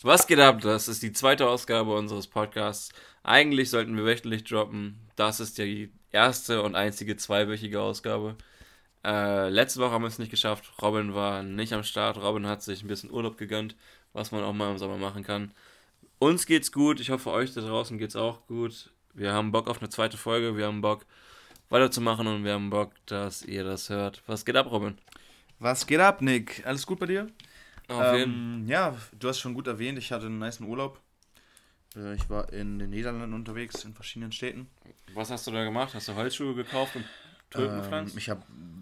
Was geht ab? Das ist die zweite Ausgabe unseres Podcasts. Eigentlich sollten wir wöchentlich droppen. Das ist die erste und einzige zweiwöchige Ausgabe. Letzte Woche haben wir es nicht geschafft. Robin war nicht am Start. Robin hat sich ein bisschen Urlaub gegönnt, was man auch mal im Sommer machen kann. Uns geht's gut. Ich hoffe, euch da draußen geht's auch gut. Wir haben Bock auf eine zweite Folge. Wir haben Bock weiterzumachen und wir haben Bock, dass ihr das hört. Was geht ab, Robin? Was geht ab, Nick? Alles gut bei dir? Auf jeden Ja, du hast schon gut erwähnt, ich hatte einen nicen Urlaub. Ich war in den Niederlanden unterwegs, in verschiedenen Städten. Was hast du da gemacht? Hast du Holzschuhe gekauft und Tulpen gepflanzt? Ich habe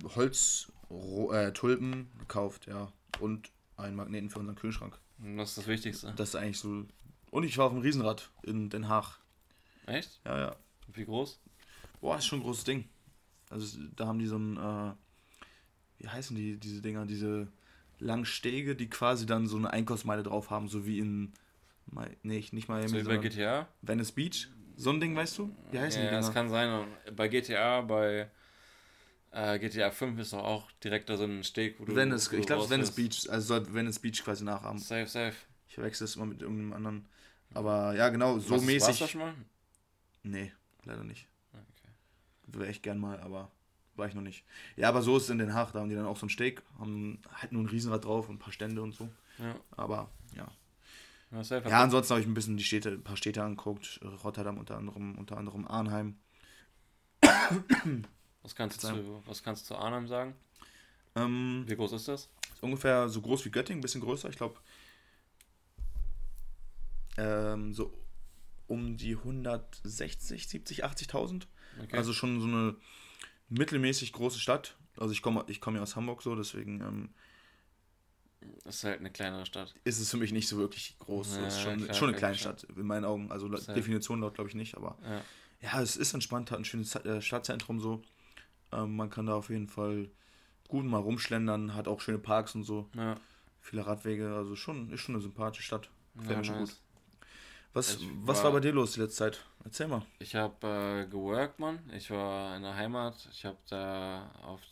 Tulpen gekauft, ja. Und einen Magneten für unseren Kühlschrank. Das ist das Wichtigste. Das ist eigentlich so. Und ich war auf dem Riesenrad in Den Haag. Echt? Ja, ja. Wie groß? Boah, ist schon ein großes Ding. Also da haben die so ein, wie heißen diese Dinger, diese langen Stege, die quasi dann so eine Einkaufsmeile drauf haben, so wie in, nicht Miami, So wie bei sondern GTA? Venice Beach. So ein Ding, weißt du? Wie heißen die Ja, das Dinger? kann sein. Bei GTA, bei GTA 5 ist doch auch direkt da so ein Steg, wo Venice, wo ich du glaube, es ist Venice rausfährst. Beach, also soll Venice Beach quasi nachahmen. Safe, safe. Ich verwechsel es immer mit irgendeinem anderen. Aber ja, genau, so Warst du mäßig. schon mal? Nee, leider nicht. Okay. Wäre echt gern mal, aber war ich noch nicht. Ja, aber so ist es in Den Haag, da haben die dann auch so ein Steg, haben halt nur ein Riesenrad drauf und ein paar Stände und so. Ja, Aber ja. ja safe. Ja, ansonsten habe ich ein paar Städte angeguckt. Rotterdam unter anderem Arnhem. Was kannst du zu Arnhem sagen? Ähm, Wie groß ist das? ist ungefähr so groß wie Göttingen, ein bisschen größer. Ich glaube, so um die 160, 70, 80.000. Okay. Also schon so eine mittelmäßig große Stadt. Also ich komm ja aus Hamburg so, deswegen Das ist halt eine kleinere Stadt. ist es für mich nicht so wirklich groß. So, Ja, es ist schon, klar, schon eine kann ich kleine verstehen. Stadt, in meinen Augen. Also Safe. Definition laut glaube ich nicht, aber Ja. ja, es ist entspannt, hat ein schönes Stadtzentrum so. Man kann da auf jeden Fall gut mal rumschlendern, hat auch schöne Parks und so, Ja. viele Radwege, also ist schon eine sympathische Stadt. Gefällt mir schon gut. Nice. Was, Ich was war bei dir los die letzte Zeit? Erzähl mal. Ich habe geworkt, Mann. Ich war in der Heimat. Ich habe da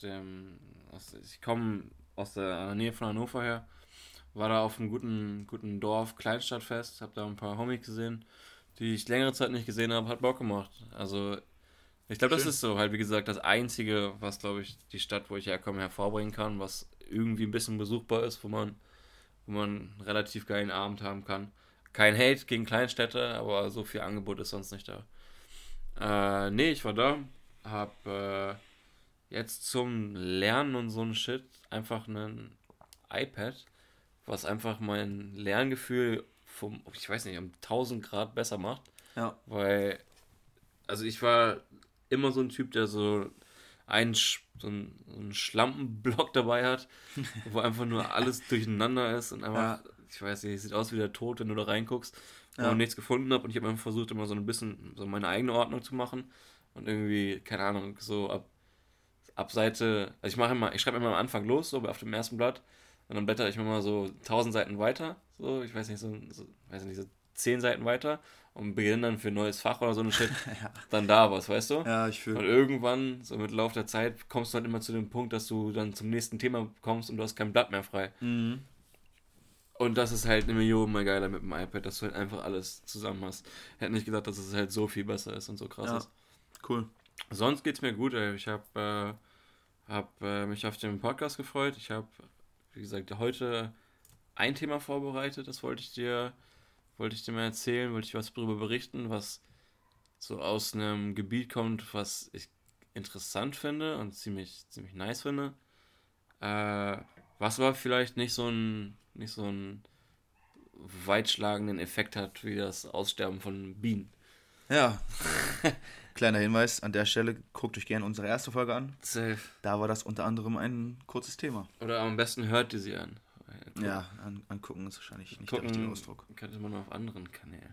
ich komme aus der Nähe von Hannover her. War da auf einem guten Dorf, Kleinstadtfest. Habe da ein paar Homies gesehen, die ich längere Zeit nicht gesehen habe. Hat Bock gemacht. Also, ich glaube, das Schön. ist so halt, wie gesagt, das Einzige, was, glaube ich, die Stadt, wo ich herkomme, hervorbringen kann. Was irgendwie ein bisschen besuchbar ist, wo man einen relativ geilen Abend haben kann. Kein Hate gegen Kleinstädte, aber so viel Angebot ist sonst nicht da. Nee, ich war da, hab jetzt zum Lernen und so ein Shit einfach ein iPad, was einfach mein Lerngefühl ich weiß nicht, um 1000 Grad besser macht, Ja. weil, also ich war immer so ein Typ, der so einen Schlampenblock dabei hat, wo einfach nur alles durcheinander ist und einfach, Ja. ich weiß nicht, sieht aus wie der Tod, wenn du da reinguckst, wo man Ja. nichts gefunden hat und ich habe einfach versucht, immer so ein bisschen so meine eigene Ordnung zu machen und irgendwie, keine Ahnung, so ab Seite, also ich schreibe immer am Anfang los, so auf dem ersten Blatt und dann blätter ich mir mal so 1000 Seiten weiter, so, ich weiß nicht, weiß nicht, so 10 Seiten weiter und beginne dann für ein neues Fach oder so eine Shit, Ja. dann da was, weißt du? Ja, ich Und fühle. irgendwann, so mit Lauf der Zeit, kommst du halt immer zu dem Punkt, dass du dann zum nächsten Thema kommst und du hast kein Blatt mehr frei. Mhm. Und das ist halt eine Million mal geiler mit dem iPad, dass du halt einfach alles zusammen hast. Ich hätte nicht gedacht, dass es halt so viel besser ist und so krass Ja, ist. cool. Sonst geht's mir gut, ey. Ich hab mich auf den Podcast gefreut. Ich habe, wie gesagt, heute ein Thema vorbereitet, das wollte ich dir mal erzählen, wollte ich was darüber berichten, was so aus einem Gebiet kommt, was ich interessant finde und ziemlich nice finde. Was aber vielleicht nicht so einen weitschlagenden Effekt hat wie das Aussterben von Bienen. Ja, kleiner Hinweis an der Stelle, guckt euch gerne unsere erste Folge an. Safe. Da war das unter anderem ein kurzes Thema. Oder am besten hört ihr sie an. Ja, angucken ist wahrscheinlich nicht der richtige Gucken Ausdruck. könnte man auf anderen Kanälen.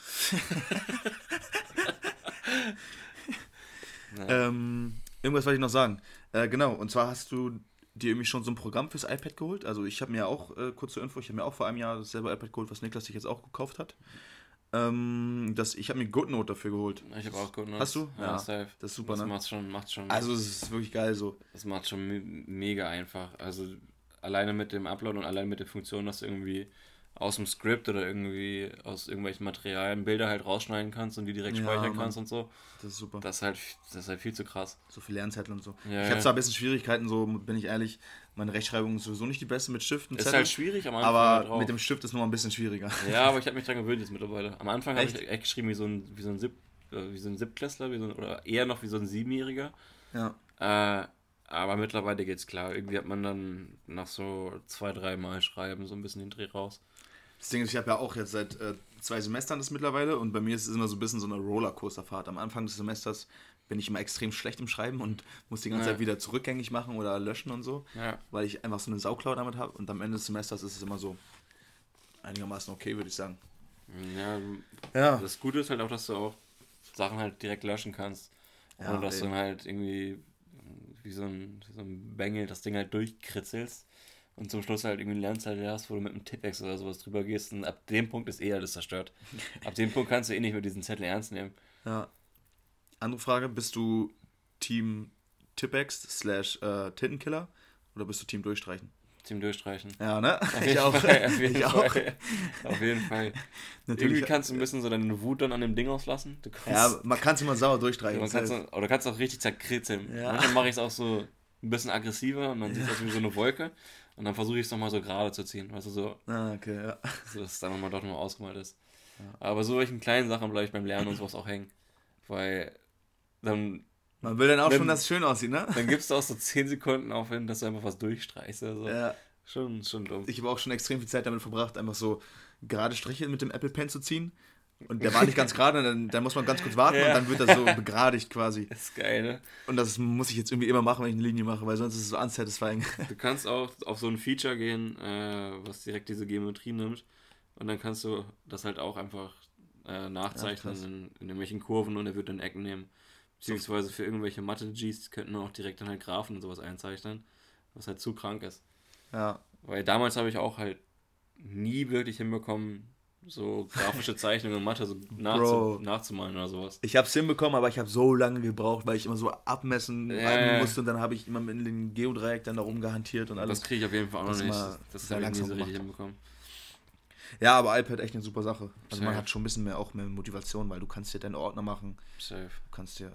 Ja. Irgendwas wollte ich noch sagen. Genau, und zwar hast du dir irgendwie schon so ein Programm fürs iPad geholt? Also ich habe mir auch, kurz zur Info, ich habe mir auch vor einem Jahr dasselbe iPad geholt, was Niklas sich jetzt auch gekauft hat. Ich habe mir GoodNote dafür geholt. Ich habe auch gute Hast Notes. du? Ja, Ja, safe. das ist super, Das ne? macht schon, Also es ist wirklich geil so. das macht schon mega einfach. Also alleine mit dem Upload und alleine mit der Funktion, dass du irgendwie aus dem Skript oder irgendwie aus irgendwelchen Materialien Bilder halt rausschneiden kannst und die direkt speichern kannst und so. Das ist super. Das ist halt viel zu krass. So viel Lernzettel und so. Ja, ich habe zwar ein bisschen Schwierigkeiten, so bin ich ehrlich. Meine Rechtschreibung ist sowieso nicht die beste mit Stift und Ist Zettel. halt schwierig am Anfang. Aber drauf. mit dem Stift ist noch ein bisschen schwieriger. Ja, aber ich habe mich dran gewöhnt jetzt mittlerweile. Am Anfang habe ich echt geschrieben wie so ein Siebtklässler, oder eher noch wie so ein Siebenjähriger. Ja. Aber mittlerweile geht's klar. Irgendwie hat man dann nach so 2-3 Mal Schreiben so ein bisschen den Dreh raus. Das Ding ist, ich habe ja auch jetzt seit 2 Semestern das mittlerweile und bei mir ist es immer so ein bisschen so eine Rollercoasterfahrt. Am Anfang des Semesters bin ich immer extrem schlecht im Schreiben und muss die ganze Zeit wieder zurückgängig machen oder löschen und so, weil ich einfach so eine Sauklaue damit habe und am Ende des Semesters ist es immer so einigermaßen okay, würde ich sagen. Ja. Das Gute ist halt auch, dass du auch Sachen halt direkt löschen kannst. Ohne dass du dann halt irgendwie wie so ein Bengel das Ding halt durchkritzelst und zum Schluss halt irgendwie eine Lernzeit hast, wo du mit einem Tippex oder sowas drüber gehst und ab dem Punkt ist alles zerstört. Ab dem Punkt kannst du eh nicht mehr diesen Zettel ernst nehmen. Ja. Andere Frage, bist du Team Tippex / Tintenkiller oder bist du Team Durchstreichen? Team Durchstreichen. Ja, ne? Ich auch. Auf jeden Fall. Irgendwie kannst du ein bisschen so deine Wut dann an dem Ding auslassen. Man kann es immer sauer durchstreichen. Oder kannst auch richtig zerkritzeln. Ja. Manchmal mache ich es auch so ein bisschen aggressiver und dann sieht es aus wie so eine Wolke und dann versuche ich es nochmal so gerade zu ziehen. Weißt du, so. Okay, ja. So, dass es dann doch nochmal ausgemalt ist. Ja. Aber so welchen kleinen Sachen bleibe ich beim Lernen und sowas auch hängen. Weil dann... Man will dann auch schon, dass es schön aussieht, ne? Dann gibst du auch so 10 Sekunden auf hin, dass du einfach was durchstreichst. Also. Ja. Schon dumm. Ich habe auch schon extrem viel Zeit damit verbracht, einfach so gerade Striche mit dem Apple Pen zu ziehen. Und der war nicht ganz gerade, dann muss man ganz kurz warten und dann wird das so begradigt quasi. Das ist geil, ne? Und das muss ich jetzt irgendwie immer machen, wenn ich eine Linie mache, weil sonst ist es so unsatisfying. Du kannst auch auf so ein Feature gehen, was direkt diese Geometrie nimmt. Und dann kannst du das halt auch einfach nachzeichnen in irgendwelchen Kurven und er wird dann Ecken nehmen. Beziehungsweise für irgendwelche Mathe-Gs könnten auch direkt dann halt Graphen und sowas einzeichnen, was halt zu krank ist. Ja. Weil damals habe ich auch halt nie wirklich hinbekommen, so grafische Zeichnungen in Mathe so nachzumalen oder sowas. Ich habe es hinbekommen, aber ich habe so lange gebraucht, weil ich immer so abmessen musste und dann habe ich immer mit dem Geodreieck dann da rumgehantiert und alles. Das kriege ich auf jeden Fall auch noch nicht. Das habe ich nie so richtig hinbekommen. Ja, aber iPad echt eine super Sache. Also man hat schon ein bisschen mehr Motivation, weil du kannst dir deine Ordner machen. Safe. Du kannst dir,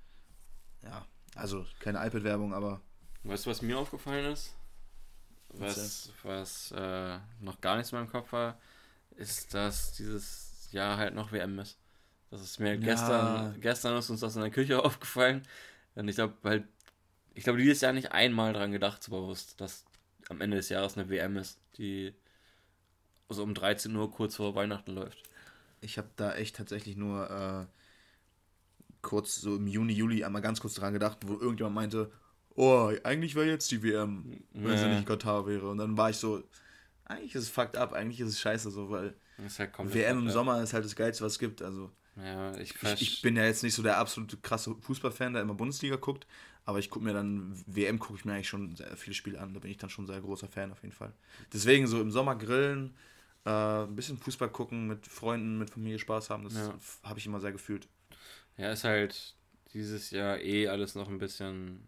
also keine iPad-Werbung, aber... Weißt du, was mir aufgefallen ist? Was noch gar nicht in meinem Kopf war, ist, dass dieses Jahr halt noch WM ist. Das ist mir gestern ist uns das in der Küche aufgefallen. Und ich glaube, dieses Jahr nicht einmal dran gedacht, so bewusst, dass am Ende des Jahres eine WM ist, die so um 13 Uhr kurz vor Weihnachten läuft. Ich habe da echt tatsächlich nur kurz so im Juni, Juli einmal ganz kurz dran gedacht, wo irgendjemand meinte, oh, eigentlich wäre jetzt die WM, wenn sie nicht Katar wäre. Und dann war ich so, eigentlich ist es fucked up, eigentlich ist es scheiße so, weil halt WM im Sommer ist halt das Geilste, was es gibt. Also ich bin ja jetzt nicht so der absolute krasse Fußballfan, der immer Bundesliga guckt, aber ich gucke mir dann, WM gucke ich mir eigentlich schon sehr viele Spiele an, da bin ich dann schon sehr großer Fan auf jeden Fall. Deswegen so im Sommer grillen, ein bisschen Fußball gucken, mit Freunden, mit Familie Spaß haben, das habe ich immer sehr gefühlt. Ja, ist halt dieses Jahr alles noch ein bisschen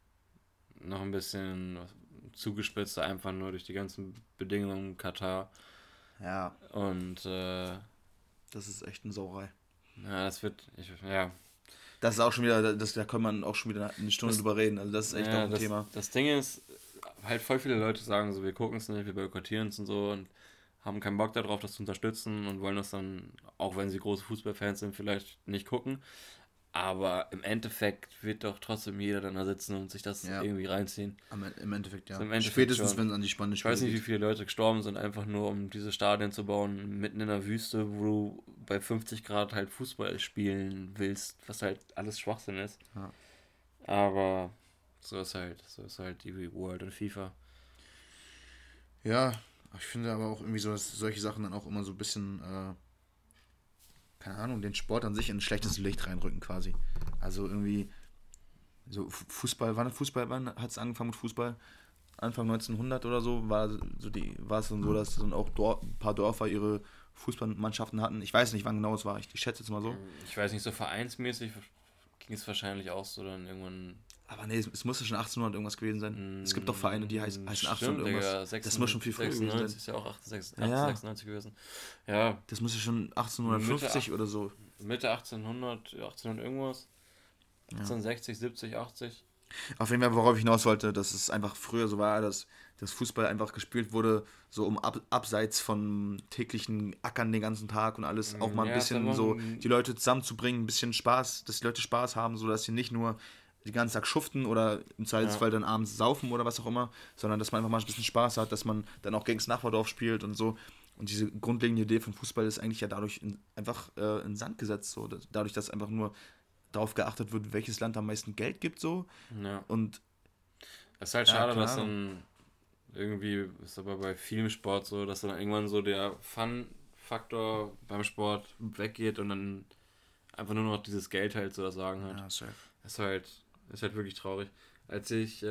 zugespitzt, einfach nur durch die ganzen Bedingungen Katar. Ja. Und das ist echt eine Sauerei. Ja, das ist auch schon wieder, da kann man auch schon wieder eine Stunde drüber reden, also das ist echt auch ein Thema. Das Ding ist, halt voll viele Leute sagen so, wir gucken es nicht, wir boykottieren es und so und haben keinen Bock darauf, das zu unterstützen und wollen das dann, auch wenn sie große Fußballfans sind, vielleicht nicht gucken. Aber im Endeffekt wird doch trotzdem jeder dann da sitzen und sich das irgendwie reinziehen. Im Endeffekt, ja. Also im Endeffekt spätestens, wenn es an die spannende Spiele geht. Ich weiß nicht, wie viele Leute gestorben sind, einfach nur um diese Stadien zu bauen, mitten in der Wüste, wo du bei 50 Grad halt Fußball spielen willst, was halt alles Schwachsinn ist. Ja. Aber so ist halt die World und FIFA. Ja, ich finde aber auch irgendwie so, dass solche Sachen dann auch immer so ein bisschen, keine Ahnung, den Sport an sich in ein schlechtes Licht reinrücken quasi. Also irgendwie, so Fußball, wann hat es angefangen mit Fußball? Anfang 1900 oder so, war es dann so, dass dann auch ein paar Dörfer ihre Fußballmannschaften hatten. Ich weiß nicht, wann genau es war, ich schätze jetzt mal so. Ich weiß nicht, so vereinsmäßig ging es wahrscheinlich auch so dann irgendwann... Aber nee, es muss ja schon 1800 irgendwas gewesen sein. Es gibt doch Vereine, die heißen 1800 irgendwas. Digga, Das muss schon viel früher gewesen sein. ist ja auch 1896 gewesen. Ja. Das muss ja schon 1850 oder so. Mitte 1800, 1800 irgendwas. 1860, 70, 80. Auf jeden Fall, worauf ich hinaus wollte, dass es einfach früher so war, dass Fußball einfach gespielt wurde, so abseits von täglichen Ackern den ganzen Tag und alles, auch mal ein bisschen so die Leute zusammenzubringen, ein bisschen Spaß, dass die Leute Spaß haben, so dass sie nicht nur den ganzen Tag schuften oder im Zweifelsfall dann abends saufen oder was auch immer, sondern dass man einfach mal ein bisschen Spaß hat, dass man dann auch gegen das Nachbardorf spielt und so. Und diese grundlegende Idee von Fußball ist eigentlich ja dadurch einfach in Sand gesetzt, so. Dadurch, dass einfach nur darauf geachtet wird, welches Land am meisten Geld gibt, so. Ja. Und es ist halt schade, dass dann irgendwie, ist aber bei vielem Sport so, dass dann irgendwann so der Fun-Faktor beim Sport weggeht und dann einfach nur noch dieses Geld halt so das Sagen hat. Ja, safe. Ist halt wirklich traurig. Als ich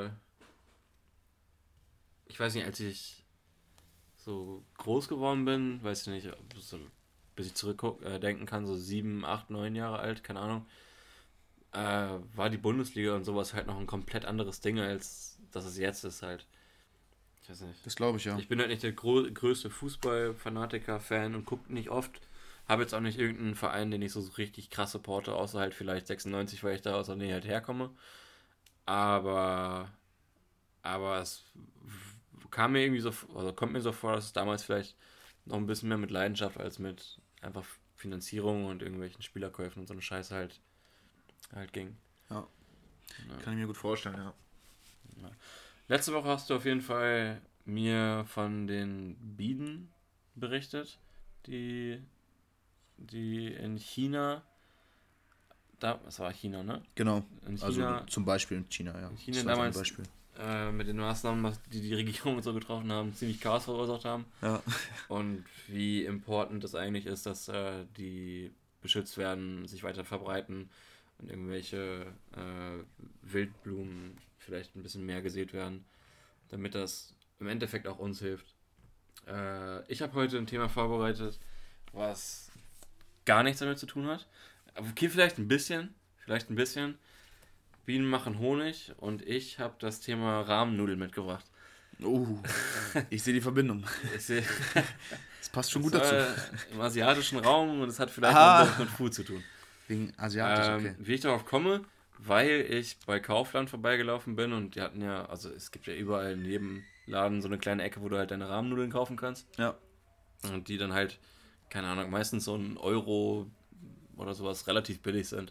weiß nicht, als ich so groß geworden bin, weiß ich nicht, so, bis ich zurückdenken kann, so 7, 8, 9 Jahre alt, keine Ahnung, war die Bundesliga und sowas halt noch ein komplett anderes Ding, als dass es jetzt ist halt. Ich weiß nicht. Das glaube ich, ja. Ich bin halt nicht der größte Fußball-Fanatiker-Fan und gucke nicht oft. Habe jetzt auch nicht irgendeinen Verein, den ich so richtig krass supporte, außer halt vielleicht 96, weil ich da aus der Nähe halt herkomme. Aber es kam mir irgendwie so, also kommt mir so vor, dass es damals vielleicht noch ein bisschen mehr mit Leidenschaft als mit einfach Finanzierung und irgendwelchen Spielerkäufen und so eine Scheiße halt ging. Ja. Kann ich mir gut vorstellen, ja. Letzte Woche hast du auf jeden Fall mir von den Bienen berichtet, die in China, das war China, ne? Genau, in China, also zum Beispiel in China, ja. In China damals mit den Maßnahmen, die Regierung so getroffen haben, ziemlich Chaos verursacht haben. Ja. Und wie important es eigentlich ist, dass die beschützt werden, sich weiter verbreiten und irgendwelche Wildblumen vielleicht ein bisschen mehr gesät werden, damit das im Endeffekt auch uns hilft. Ich habe heute ein Thema vorbereitet, was gar nichts damit zu tun hat. Okay, vielleicht ein bisschen. Bienen machen Honig und ich habe das Thema Rahmennudeln mitgebracht. Ich sehe die Verbindung. Das passt schon gut dazu. Im asiatischen Raum und es hat vielleicht noch mit Food zu tun. Wegen asiatisch, okay. Wie ich darauf komme, weil ich bei Kaufland vorbeigelaufen bin und die hatten ja, also es gibt ja überall in jedem Laden so eine kleine Ecke, wo du halt deine Rahmennudeln kaufen kannst. Ja. Und die dann halt, keine Ahnung, meistens so einen Euro oder sowas relativ billig sind.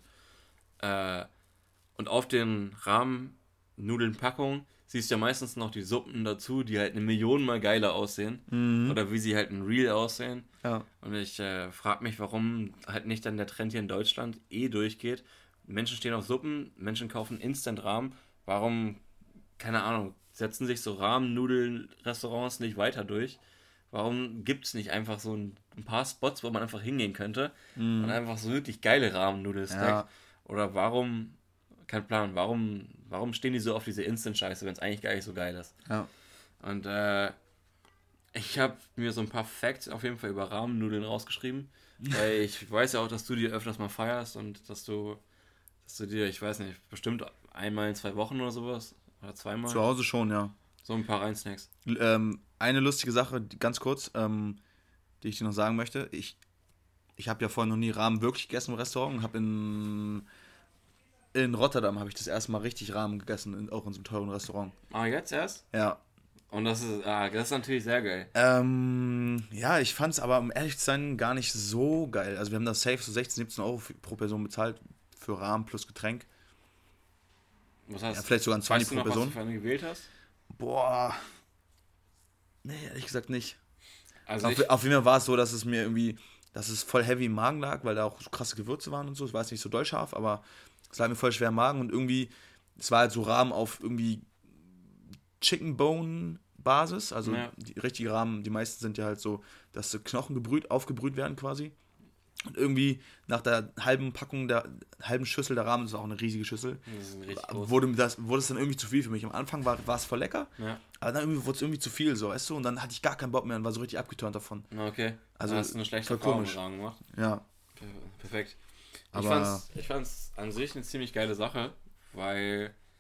Und auf den Rahmennudeln-Packungen siehst du ja meistens noch die Suppen dazu, die halt 1.000.000 Mal geiler aussehen. Mhm. Oder wie sie halt in Real aussehen. Ja. Und ich frage mich, warum halt nicht dann der Trend hier in Deutschland durchgeht. Menschen stehen auf Suppen, Menschen kaufen Instant-Rahmen. Warum, keine Ahnung, setzen sich so Rahmennudeln-Restaurants nicht weiter durch? Warum gibt es nicht einfach so ein paar Spots, wo man einfach hingehen könnte und einfach so wirklich geile Rahmennudeln snackt? Ja. Oder warum, kein Plan, warum stehen die so auf diese Instant-Scheiße, wenn es eigentlich gar nicht so geil ist? Ja. Und ich habe mir so ein paar Facts auf jeden Fall über Rahmennudeln rausgeschrieben, weil ich weiß ja auch, dass du die öfters mal feierst und dass du dir, ich weiß nicht, bestimmt einmal in 2 Wochen oder sowas oder zweimal. Zu Hause schon, ja. So ein paar Reinsnacks. Eine lustige Sache, ganz kurz, die ich dir noch sagen möchte. Ich habe ja vorher noch nie Rahmen wirklich gegessen im Restaurant und habe in Rotterdam habe ich das erste Mal richtig Ramen gegessen, auch in so einem teuren Restaurant. Ah, jetzt erst? Ja. Und das ist natürlich sehr geil. Ja, ich fand es aber, um ehrlich zu sein, gar nicht so geil. Also wir haben da safe so 16, 17 Euro pro Person bezahlt für Rahmen plus Getränk. Was heißt, ja, vielleicht sogar ein 20 pro Person. Was du für einen gewählt hast? Boah. Nee, ehrlich gesagt nicht. Also auf jeden Fall war es so, dass es voll heavy im Magen lag, weil da auch so krasse Gewürze waren und so. Es war jetzt nicht so doll scharf, aber es lag mir voll schwer im Magen und irgendwie, es war halt so Rahmen auf irgendwie Chicken Bone Basis, also ja. Die richtigen Rahmen, die meisten sind ja halt so, dass so Knochen aufgebrüht werden quasi. Und irgendwie nach der halben Packung, der halben Schüssel der Rahmen, das ist auch eine riesige Schüssel, wurde es dann irgendwie zu viel für mich. Am Anfang war es voll lecker, ja. Aber dann irgendwie wurde es irgendwie zu viel, so, weißt du, und dann hatte ich gar keinen Bock mehr und war so richtig abgeturnt davon. Okay, also hast du eine schlechte Erfahrung gemacht. Ja. Perfekt. Aber ich fand's an sich eine ziemlich geile Sache, weil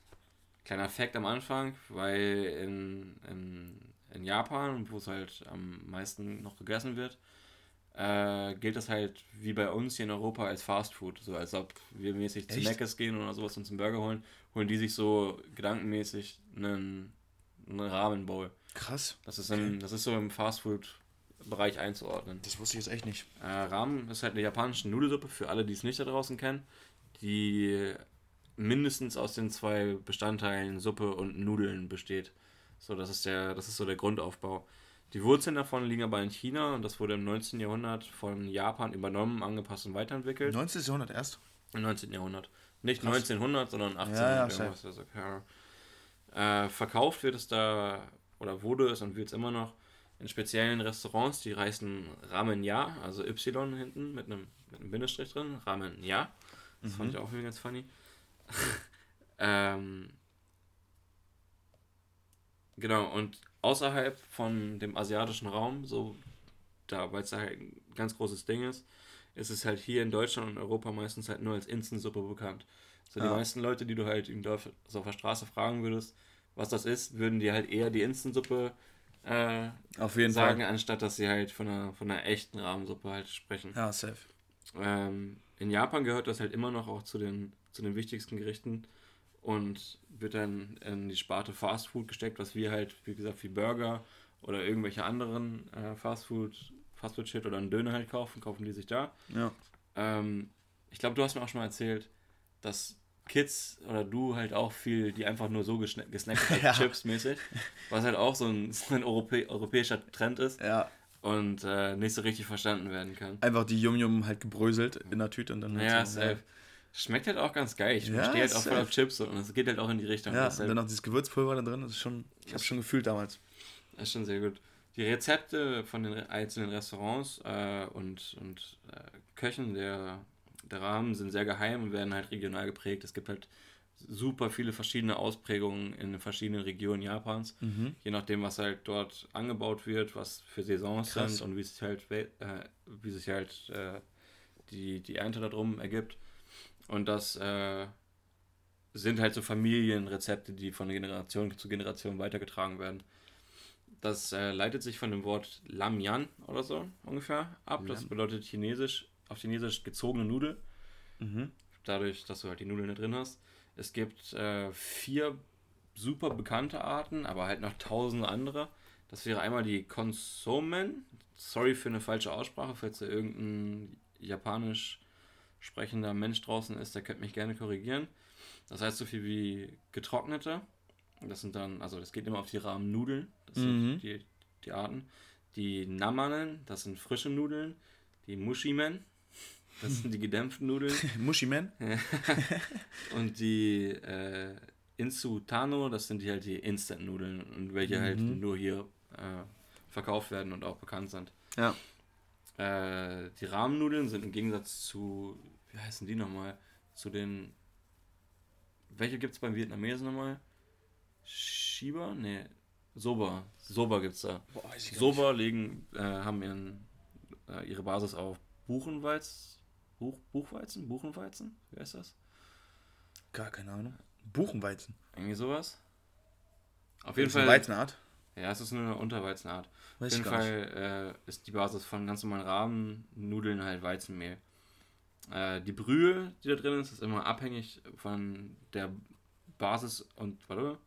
Kleiner Fact am Anfang, weil in Japan, wo es halt am meisten noch gegessen wird, gilt das halt wie bei uns hier in Europa als Fast Food. So als ob wir mäßig zu Echt? Mc's gehen oder sowas und uns einen Burger holen die sich so gedankenmäßig einen Ramen Bowl. Krass. Das ist so im Fast Food Bereich einzuordnen. Das wusste ich jetzt echt nicht. Ramen ist halt eine japanische Nudelsuppe für alle, die es nicht da draußen kennen, die mindestens aus den zwei Bestandteilen Suppe und Nudeln besteht. So, das ist so der Grundaufbau. Die Wurzeln davon liegen aber in China und das wurde im 19. Jahrhundert von Japan übernommen, angepasst und weiterentwickelt. 19. Jahrhundert erst? Im 19. Jahrhundert. Nicht Krass. 1900, sondern 1800 irgendwas. Also, verkauft wird es da, oder wurde es und wird es immer noch, in speziellen Restaurants, die heißen Ramen Ja, also Y hinten mit einem Bindestrich drin, Ramen Ja. Das fand ich auch irgendwie ganz funny. Genau, und außerhalb von dem asiatischen Raum, so da, weil es da halt ein ganz großes Ding ist es halt hier in Deutschland und Europa meistens halt nur als Instant-Suppe bekannt. So die meisten Leute, die du halt im Dorf so auf der Straße fragen würdest, was das ist, würden dir halt eher die Instant-Suppe Auf jeden sagen, Fall. anstatt dass sie halt von einer echten Rahmensuppe halt sprechen. Ja, safe. In Japan gehört das halt immer noch auch zu den wichtigsten Gerichten und wird dann in die Sparte Fast Food gesteckt, was wir halt, wie gesagt, wie Burger oder irgendwelche anderen Fast Food Shit oder einen Döner halt kaufen die sich da. Ja. Ich glaube, du hast mir auch schon mal erzählt, dass Kids oder du halt auch viel, die einfach nur so gesnackt halt Ja. Chips mäßig, was halt auch so ein europäischer Trend ist Ja. und nicht so richtig verstanden werden kann. Einfach die Yum-Yum halt gebröselt in der Tüte und dann halt Ja, so, safe. Schmeckt halt auch ganz geil. Ich Ja, stehe halt auch voll safe. auf Chips und es geht halt auch in die Richtung. Ja, Das ist und halt, dann noch dieses Gewürzpulver da drin, das ist schon, ich hab's schon gefühlt damals. das ist schon sehr gut. Die Rezepte von den einzelnen Restaurants und Köchen der Ramen sind sehr geheim und werden halt regional geprägt. Es gibt halt super viele verschiedene Ausprägungen in den verschiedenen Regionen Japans, je nachdem, was halt dort angebaut wird, was für Saisons Krass. sind und wie sich halt die Ernte darum ergibt. Und das sind halt so Familienrezepte, die von Generation zu Generation weitergetragen werden. Das leitet sich von dem Wort Lamyan oder so ungefähr ab. Das bedeutet auf Chinesisch gezogene Nudel. Dadurch, dass du halt die Nudeln da drin hast. Es gibt 4 super bekannte Arten, aber halt noch tausende andere. Das wäre einmal die Konsomen. Sorry für eine falsche Aussprache, falls da irgendein japanisch sprechender Mensch draußen ist, der könnte mich gerne korrigieren. Das heißt so viel wie getrocknete. Das sind dann, also das geht immer auf die Rahmennudeln. Das sind die Arten. Die Namanen, das sind frische Nudeln. Die Mushimen, das sind die gedämpften Nudeln. Mushiman? Und die Insutano, das sind halt die Instant-Nudeln und welche halt nur hier verkauft werden und auch bekannt sind. Ja. Die Rahmennudeln sind im Gegensatz zu, wie heißen die nochmal? Zu den, welche gibt es beim Vietnamesen nochmal? Shiba? Ne, Soba. Soba gibt's da. Boah, weiß ich gar Soba haben ihre Basis auf Buchenweizen? Buchenweizen? Wie heißt das? Gar keine Ahnung. Buchenweizen. Irgendwie sowas. Auf Das jeden ist eine Fall. Weizenart. Ja, es ist eine Unterweizenart. Weiß Auf ich jeden gar nicht. Fall ist die Basis von ganz normalen Rahmennudeln halt Weizenmehl. Die Brühe, die da drin ist immer abhängig von der Basis und. Warte.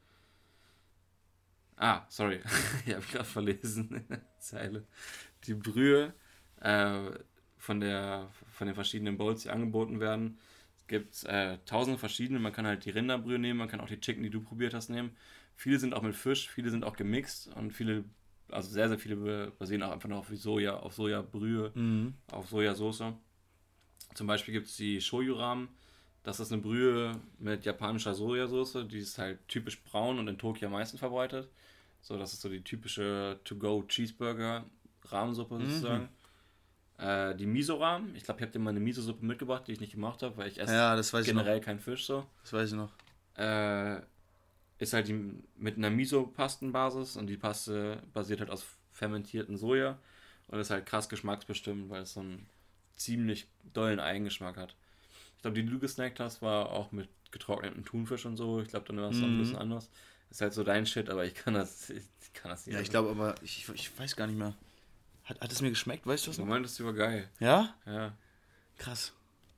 Sorry. Ich habe gerade verlesen in der Zeile. Die Brühe von den verschiedenen Bowls, die angeboten werden. Es gibt tausende verschiedene. Man kann halt die Rinderbrühe nehmen, man kann auch die Chicken, die du probiert hast, nehmen. Viele sind auch mit Fisch, viele sind auch gemixt und viele, also sehr, sehr viele basieren auch einfach noch auf Sojabrühe, auf Sojasauce. Zum Beispiel gibt es die Shoyu-Ramen. Das ist eine Brühe mit japanischer Sojasauce, die ist halt typisch braun und in Tokio am meisten verbreitet. So, das ist so die typische To-Go-Cheeseburger-Rahmensuppe sozusagen. Die Miso-Ramen, ich glaube, ich habe dir mal eine Miso-Suppe mitgebracht, die ich nicht gemacht habe, weil ich esse Das weiß ich noch. generell kein Fisch so. Das weiß ich noch. Ist halt mit einer Miso-Pastenbasis und die Paste basiert halt aus fermentierten Soja und ist halt krass geschmacksbestimmt, weil es so einen ziemlich dollen Eigengeschmack hat. Ich glaube, die du gesnackt hast, war auch mit getrockneten Thunfisch und so. Ich glaube, dann war es noch ein bisschen anders. Ist halt so dein Shit, aber ich kann das nicht. Ja, ich glaube aber, ich weiß gar nicht mehr. Hat es mir geschmeckt, weißt du was? Du meintest, die war geil. Ja? Ja. Krass.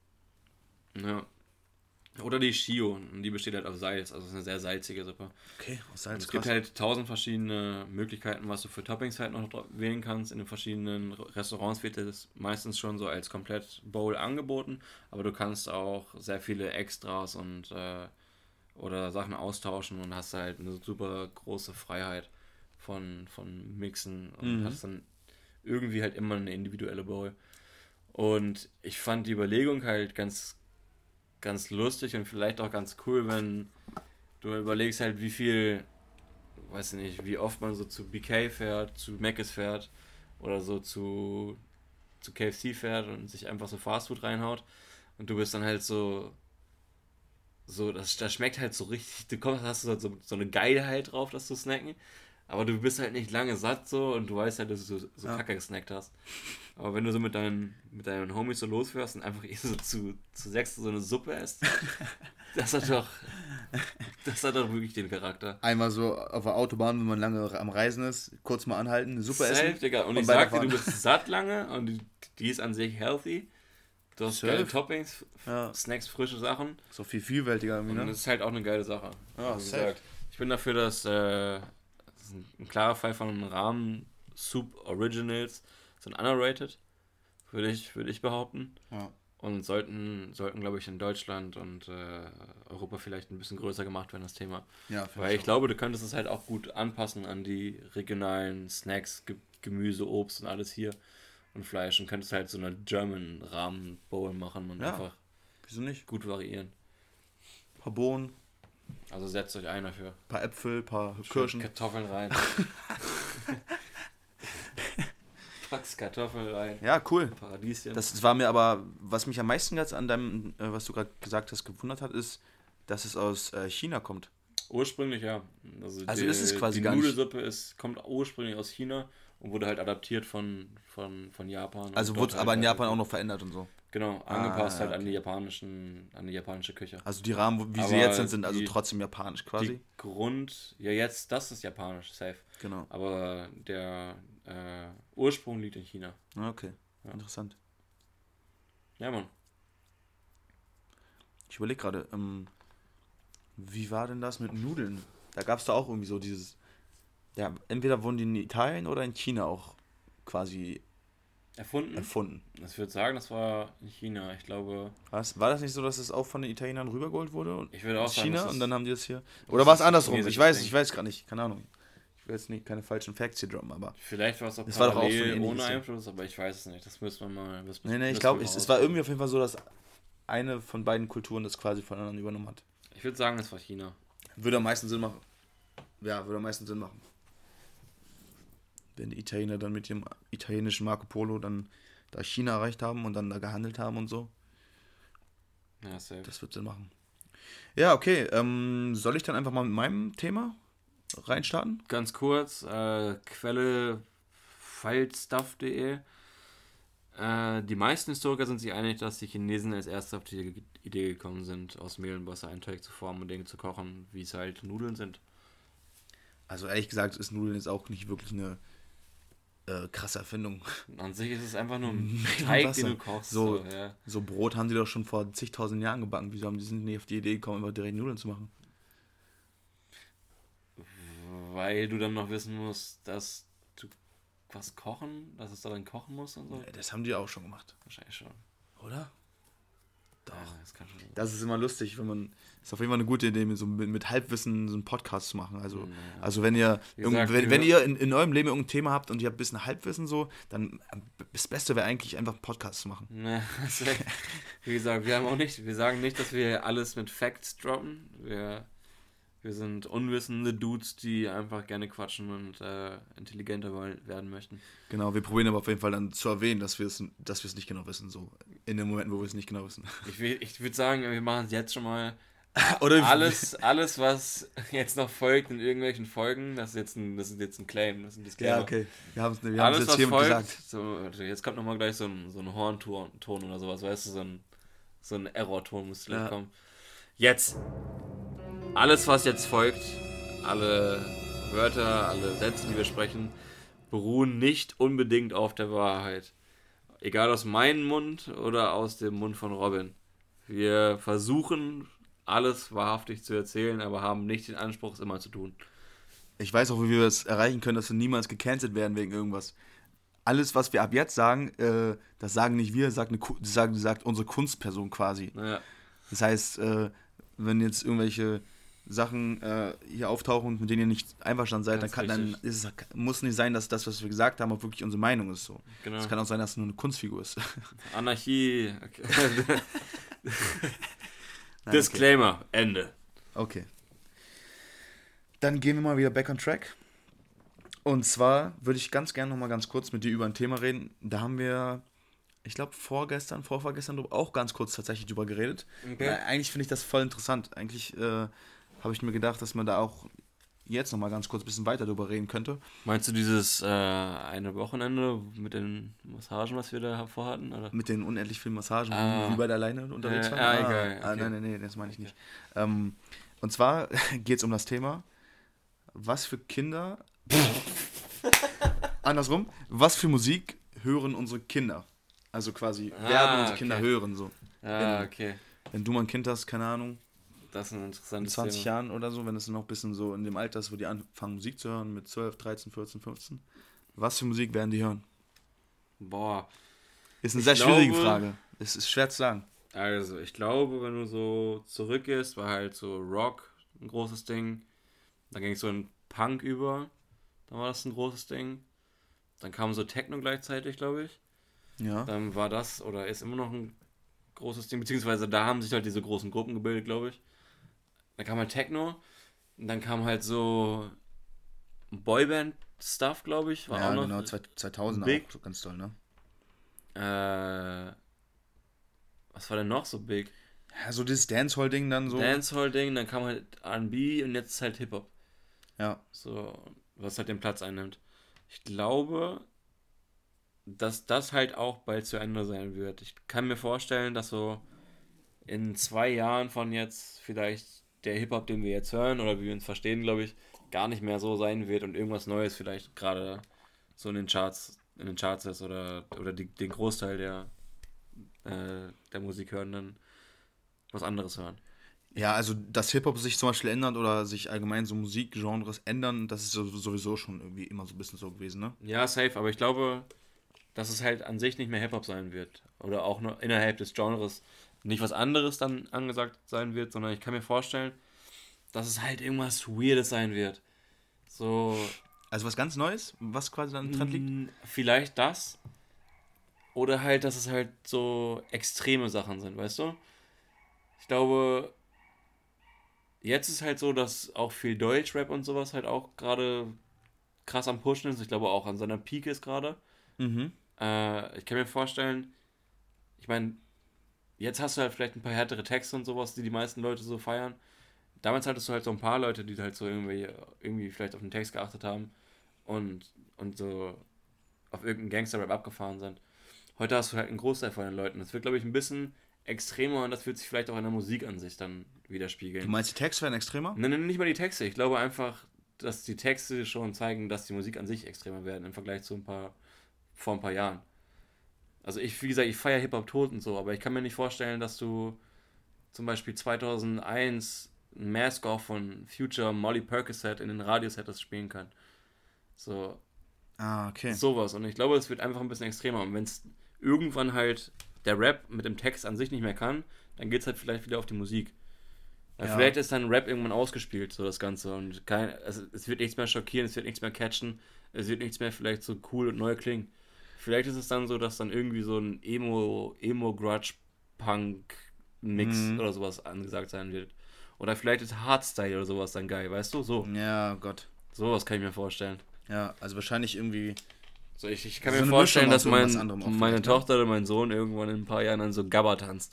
Ja. Oder die Shio, und die besteht halt aus Salz, also ist eine sehr salzige Suppe. Okay, aus Salz, Es gibt halt 1000 verschiedene Möglichkeiten, was du für Toppings halt noch wählen kannst. In den verschiedenen Restaurants wird das meistens schon so als komplett Bowl angeboten, aber du kannst auch sehr viele Extras und oder Sachen austauschen und hast halt eine super große Freiheit von Mixen und hast dann irgendwie halt immer eine individuelle Bowl. Und ich fand die Überlegung halt ganz lustig und vielleicht auch ganz cool, wenn du überlegst halt, wie viel, weiß ich nicht, wie oft man so zu BK fährt, zu Mc's fährt oder so zu KFC fährt und sich einfach so Fastfood reinhaut und du bist dann halt so das schmeckt halt so richtig, du kommst, hast du so eine Geilheit drauf, das zu snacken, aber du bist halt nicht lange satt so und du weißt halt, dass du so Kacke gesnackt hast. Aber wenn du so mit deinen Homies so losfährst und einfach so zu sechs so eine Suppe isst, das hat doch wirklich den Charakter. Einmal so auf der Autobahn, wenn man lange am Reisen ist, kurz mal anhalten, eine Suppe essen. Digga. Und ich sag dir, du bist satt lange und die ist an sich healthy. Du hast geile Toppings, Snacks, frische Sachen. So viel vielfältiger irgendwie, ne? Und das ist halt auch eine geile Sache. Ja, wie gesagt, ich bin dafür, dass das ist ein klarer Fall von einem Ramen Soup Originals, so ein Underrated, würde ich behaupten. Ja. Und sollten glaube ich, in Deutschland und Europa vielleicht ein bisschen größer gemacht werden, das Thema. Ja, weil ich glaube, du könntest es halt auch gut anpassen an die regionalen Snacks, Gemüse, Obst und alles hier und Fleisch und könntest halt so eine German Ramen Bowl machen und einfach wieso nicht? Gut variieren. Ein paar Bohnen. Also setzt euch ein dafür. Ein paar Äpfel, ein paar Kirschen. Kartoffeln rein. Packst Kartoffeln rein. Ja, cool. Paradieschen. Das war mir aber, was mich am meisten jetzt an deinem, was du gerade gesagt hast, gewundert hat, ist, dass es aus China kommt. Ursprünglich, ja. Also ist es quasi gar nicht. Die Nudelsuppe kommt ursprünglich aus China und wurde halt adaptiert von Japan. Also wurde aber in Japan auch noch verändert und so. Genau, angepasst halt an die japanische Küche. Also die Rahmen, wie sie jetzt sind also trotzdem japanisch quasi. Das ist japanisch, safe. Genau. Aber der Ursprung liegt in China. Okay, interessant. Ja, Mann. Ich überlege gerade, wie war denn das mit Nudeln? Da gab es da auch irgendwie so dieses, ja, entweder wurden die in Italien oder in China auch quasi erfunden. Ich würde sagen, das war in China. Ich glaube. Was? War das nicht so, dass es auch von den Italienern rübergeholt wurde? Ich würde auch sagen, China und dann haben die das hier. Oder war es andersrum? Ich weiß gar nicht. Keine Ahnung. Ich will jetzt nicht keine falschen Facts hier droppen, aber. Vielleicht war es auch das war doch auch so ohne Einfluss, aber ich weiß es nicht. Das müssen wir mal. Nee, ich glaube, es war irgendwie auf jeden Fall so, dass eine von beiden Kulturen das quasi von anderen übernommen hat. Ich würde sagen, es war China. Würde am meisten Sinn machen. Ja, würde am meisten Sinn machen. Wenn die Italiener dann mit dem italienischen Marco Polo dann da China erreicht haben und dann da gehandelt haben und so. Ja, safe. Das wird Sinn machen. Ja, okay. Soll ich dann einfach mal mit meinem Thema reinstarten? Ganz kurz. Quelle filedstuff.de. Die meisten Historiker sind sich einig, dass die Chinesen als erste auf die Idee gekommen sind, aus Mehl und Wasser einen Teig zu formen und Dinge zu kochen, wie es halt Nudeln sind. Also ehrlich gesagt ist Nudeln jetzt auch nicht wirklich eine krasse Erfindung. An sich ist es einfach nur ein Teig, den du kochst. So Brot haben die doch schon vor zigtausend Jahren gebacken. Wieso sind die nicht auf die Idee gekommen, einfach direkt Nudeln zu machen? Weil du dann noch wissen musst, dass du was kochen, dass es darin kochen muss und so. Ja, das haben die auch schon gemacht. Wahrscheinlich schon. Oder? Doch. Ja, das kann schon. Das ist immer lustig, ist auf jeden Fall eine gute Idee, mit Halbwissen so einen Podcast zu machen. Also wenn ihr wenn ihr in eurem Leben irgendein Thema habt und ihr habt ein bisschen Halbwissen so, dann das Beste wäre eigentlich einfach einen Podcast zu machen. Ne, wie gesagt, wir sagen nicht, dass wir alles mit Facts droppen. Wir sind unwissende Dudes, die einfach gerne quatschen und intelligenter werden möchten. Genau, wir probieren aber auf jeden Fall dann zu erwähnen, dass wir es nicht genau wissen, so in den Momenten, wo wir es nicht genau wissen. Ich würde sagen, wir machen es jetzt schon mal. Oder alles, was jetzt noch folgt in irgendwelchen Folgen, das ist jetzt ein Claim, das ist ein Disclaimer. Ja, okay, wir haben es jetzt hier gesagt. So, jetzt kommt nochmal gleich so ein Hornton oder sowas, weißt du, so ein Error-Ton muss vielleicht kommen. Jetzt. Alles, was jetzt folgt, alle Wörter, alle Sätze, die wir sprechen, beruhen nicht unbedingt auf der Wahrheit. Egal aus meinem Mund oder aus dem Mund von Robin. Wir versuchen, alles wahrhaftig zu erzählen, aber haben nicht den Anspruch, es immer zu tun. Ich weiß auch, wie wir es erreichen können, dass wir niemals gecancelt werden wegen irgendwas. Alles, was wir ab jetzt sagen, das sagen nicht wir, sagt unsere Kunstperson quasi. Naja. Das heißt, wenn jetzt irgendwelche Sachen hier auftauchen, mit denen ihr nicht einverstanden seid, dann muss nicht sein, dass das, was wir gesagt haben, auch wirklich unsere Meinung ist. So. Genau. Es kann auch sein, dass es nur eine Kunstfigur ist. Anarchie. Okay. Nein, Disclaimer. Ende. Okay. Dann gehen wir mal wieder back on track. Und zwar würde ich ganz gerne nochmal ganz kurz mit dir über ein Thema reden. Da haben wir, ich glaube, vorvorgestern auch ganz kurz tatsächlich drüber geredet. Okay. Eigentlich finde ich das voll interessant. Eigentlich habe ich mir gedacht, dass man da auch jetzt nochmal ganz kurz ein bisschen weiter drüber reden könnte. Meinst du dieses eine Wochenende mit den Massagen, was wir da vorhatten? Oder? Mit den unendlich vielen Massagen, wie bei der Leine unterwegs waren? Egal. Okay. Nein, das meine ich nicht. Und zwar geht es um das Thema, was für Kinder... Andersrum, was für Musik hören unsere Kinder? Also quasi, werden unsere Kinder hören, so. Okay. Wenn du mal ein Kind hast, keine Ahnung, das ist ein interessantes 20 Thema. Jahren oder so, wenn es noch ein bisschen so in dem Alter ist, wo die anfangen Musik zu hören, mit 12, 13, 14, 15. Was für Musik werden die hören? Boah. Ist eine sehr schwierige Frage. Es ist schwer zu sagen. Also, ich glaube, wenn du so zurückgehst, war halt so Rock ein großes Ding. Dann ging es so in Punk über. Dann war das ein großes Ding. Dann kam so Techno gleichzeitig, glaube ich. Ja. Dann war das, oder ist immer noch ein großes Ding, beziehungsweise da haben sich halt diese großen Gruppen gebildet, glaube ich. Dann kam halt Techno. Und dann kam halt so Boyband-Stuff, glaube ich. War ja, auch noch genau, 2000 big. auch ganz toll, ne? Was war denn noch so big? Ja, so dieses Dancehall-Ding dann so. Dancehall-Ding, dann kam halt R&B und jetzt halt Hip-Hop. Ja. So, was halt den Platz einnimmt. Ich glaube, dass das halt auch bald zu Ende sein wird. Ich kann mir vorstellen, dass so in 2 Jahren von jetzt vielleicht der Hip-Hop, den wir jetzt hören oder wie wir uns verstehen, glaube ich, gar nicht mehr so sein wird und irgendwas Neues vielleicht gerade so in den Charts ist oder den Großteil der Musikhörenden was anderes hören. Ja, also dass Hip-Hop sich zum Beispiel ändert oder sich allgemein so Musikgenres ändern, das ist sowieso schon irgendwie immer so ein bisschen so gewesen, ne? Ja, safe, aber ich glaube, dass es halt an sich nicht mehr Hip-Hop sein wird. Oder auch nur innerhalb des Genres nicht was anderes dann angesagt sein wird, sondern ich kann mir vorstellen, dass es halt irgendwas Weirdes sein wird. So. Also was ganz Neues, was quasi dann im Trend liegt? Vielleicht das. Oder halt, dass es halt so extreme Sachen sind, weißt du? Ich glaube, jetzt ist halt so, dass auch viel Deutschrap und sowas halt auch gerade krass am Pushen ist. Ich glaube auch an seiner Peak ist gerade. Mhm. Ich kann mir vorstellen, ich meine, jetzt hast du halt vielleicht ein paar härtere Texte und sowas, die meisten Leute so feiern. Damals hattest du halt so ein paar Leute, die halt so irgendwie vielleicht auf den Text geachtet haben und so auf irgendeinen Gangster-Rap abgefahren sind. Heute hast du halt einen Großteil von den Leuten. Das wird, glaube ich, ein bisschen extremer und das wird sich vielleicht auch in der Musik an sich dann widerspiegeln. Du meinst, die Texte werden extremer? Nein, nicht mal die Texte. Ich glaube einfach, dass die Texte schon zeigen, dass die Musik an sich extremer werden im Vergleich zu vor ein paar Jahren. Also wie gesagt, ich feiere Hip-Hop tot und so, aber ich kann mir nicht vorstellen, dass du zum Beispiel 2001 ein Mask-Off von Future Molly Percocet in den Radios hättest spielen können. So. Okay. Sowas. Und ich glaube, es wird einfach ein bisschen extremer. Und wenn es irgendwann halt der Rap mit dem Text an sich nicht mehr kann, dann geht es halt vielleicht wieder auf die Musik. Weil vielleicht ist dann Rap irgendwann ausgespielt, so das Ganze. Und es wird nichts mehr schockieren, es wird nichts mehr catchen, es wird nichts mehr vielleicht so cool und neu klingen. Vielleicht ist es dann so, dass dann irgendwie so ein Emo-Grudge-Punk-Mix oder sowas angesagt sein wird. Oder vielleicht ist Hardstyle oder sowas dann geil, weißt du? So. Ja, Gott. Sowas kann ich mir vorstellen. Ja, also wahrscheinlich irgendwie... So, ich kann mir vorstellen, dass meine Tochter oder mein Sohn irgendwann in ein paar Jahren dann so Gabba tanzt.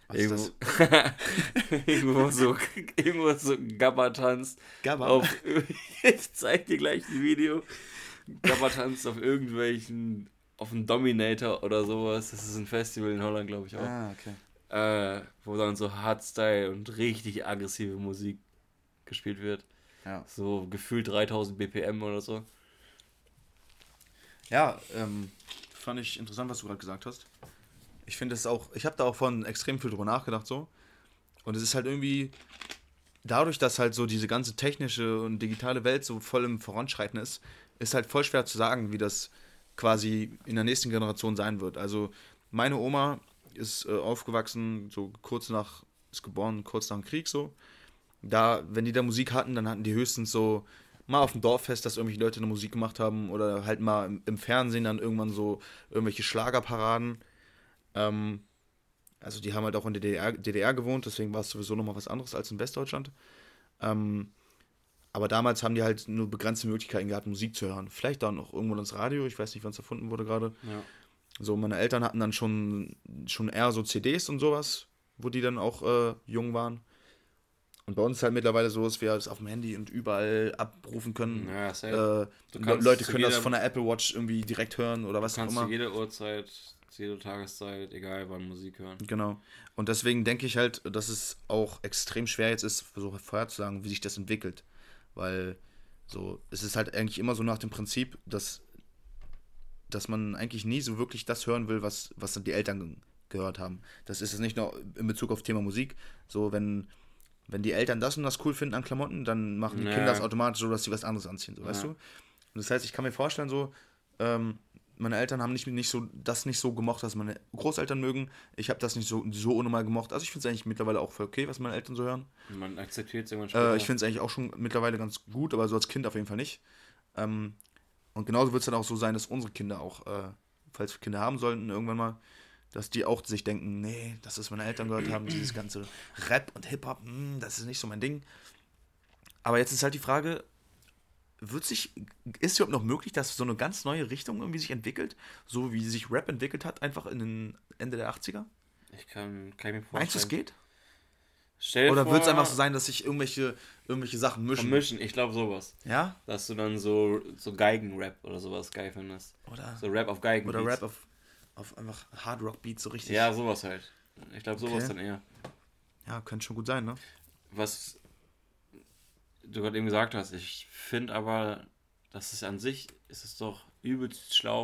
Irgendwo so Gabba tanzt. Gabba? Ich zeig dir gleich ein Video. Gabba tanzt auf auf dem Dominator oder sowas. Das ist ein Festival in Holland, glaube ich auch. Okay. wo dann so Hardstyle und richtig aggressive Musik gespielt wird. Ja. So gefühlt 3000 BPM oder so. Ja, fand ich interessant, was du gerade gesagt hast. Ich finde es auch, ich habe da auch von extrem viel drüber nachgedacht so. Und es ist halt irgendwie, dadurch, dass halt so diese ganze technische und digitale Welt so voll im Voranschreiten ist halt voll schwer zu sagen, wie das quasi in der nächsten Generation sein wird. Also meine Oma ist aufgewachsen, so ist geboren kurz nach dem Krieg so. Da, wenn die da Musik hatten, dann hatten die höchstens so mal auf dem Dorffest, dass irgendwelche Leute eine Musik gemacht haben oder halt mal im Fernsehen dann irgendwann so irgendwelche Schlagerparaden. Ähm, also die haben halt auch in der DDR gewohnt, deswegen war es sowieso nochmal was anderes als in Westdeutschland. Ähm, aber damals haben die halt nur begrenzte Möglichkeiten gehabt, Musik zu hören. Vielleicht auch noch irgendwo ins Radio, ich weiß nicht, wann es erfunden wurde gerade. Ja. So, meine Eltern hatten dann schon eher so CDs und sowas, wo die dann auch jung waren. Und bei uns ist halt mittlerweile so, dass wir es auf dem Handy und überall abrufen können. Ja, safe. Leute können das von der Apple Watch irgendwie direkt hören oder was auch kannst immer. zu jeder Uhrzeit, zu jeder Tageszeit, egal wann Musik hören. Genau. Und deswegen denke ich halt, dass es auch extrem schwer jetzt ist, so vorherzusagen, wie sich das entwickelt. Weil so, es ist halt eigentlich immer so nach dem Prinzip, dass man eigentlich nie so wirklich das hören will, was die Eltern gehört haben. Das ist es nicht nur in Bezug auf Thema Musik. So, wenn die Eltern das und das cool finden an Klamotten, dann machen die Kinder das automatisch so, dass sie was anderes anziehen, so, weißt du? Und das heißt, ich kann mir vorstellen, so, meine Eltern haben das nicht so gemocht, was meine Großeltern mögen. Ich habe das nicht so unnormal gemocht. Also ich finde es eigentlich mittlerweile auch voll okay, was meine Eltern so hören. Man akzeptiert es irgendwann später. Ich finde es eigentlich auch schon mittlerweile ganz gut, aber so als Kind auf jeden Fall nicht. Und genauso wird es dann auch so sein, dass unsere Kinder auch, falls wir Kinder haben sollten, irgendwann mal, dass die auch sich denken, nee, das ist meine Eltern gehört haben, dieses ganze Rap und Hip-Hop, das ist nicht so mein Ding. Aber jetzt ist halt die Frage, ist es überhaupt noch möglich, dass so eine ganz neue Richtung irgendwie sich entwickelt, so wie sich Rap entwickelt hat, einfach in den Ende der 80er? Ich kann mir vorstellen. Meinst du, es geht? Stell dir Oder vor, wird es einfach so sein, dass sich irgendwelche Sachen mischen? Ich glaube sowas. Ja? Dass du dann so Geigen-Rap oder sowas geil findest. Oder, So Rap auf Geigen. oder Rap auf einfach Hard Rock Beats so richtig. Ja, sowas halt. Ich glaube sowas Okay. dann eher. Ja, könnte schon gut sein, ne? Was du gerade eben gesagt hast, ich finde aber, dass es an sich ist es doch übelst schlau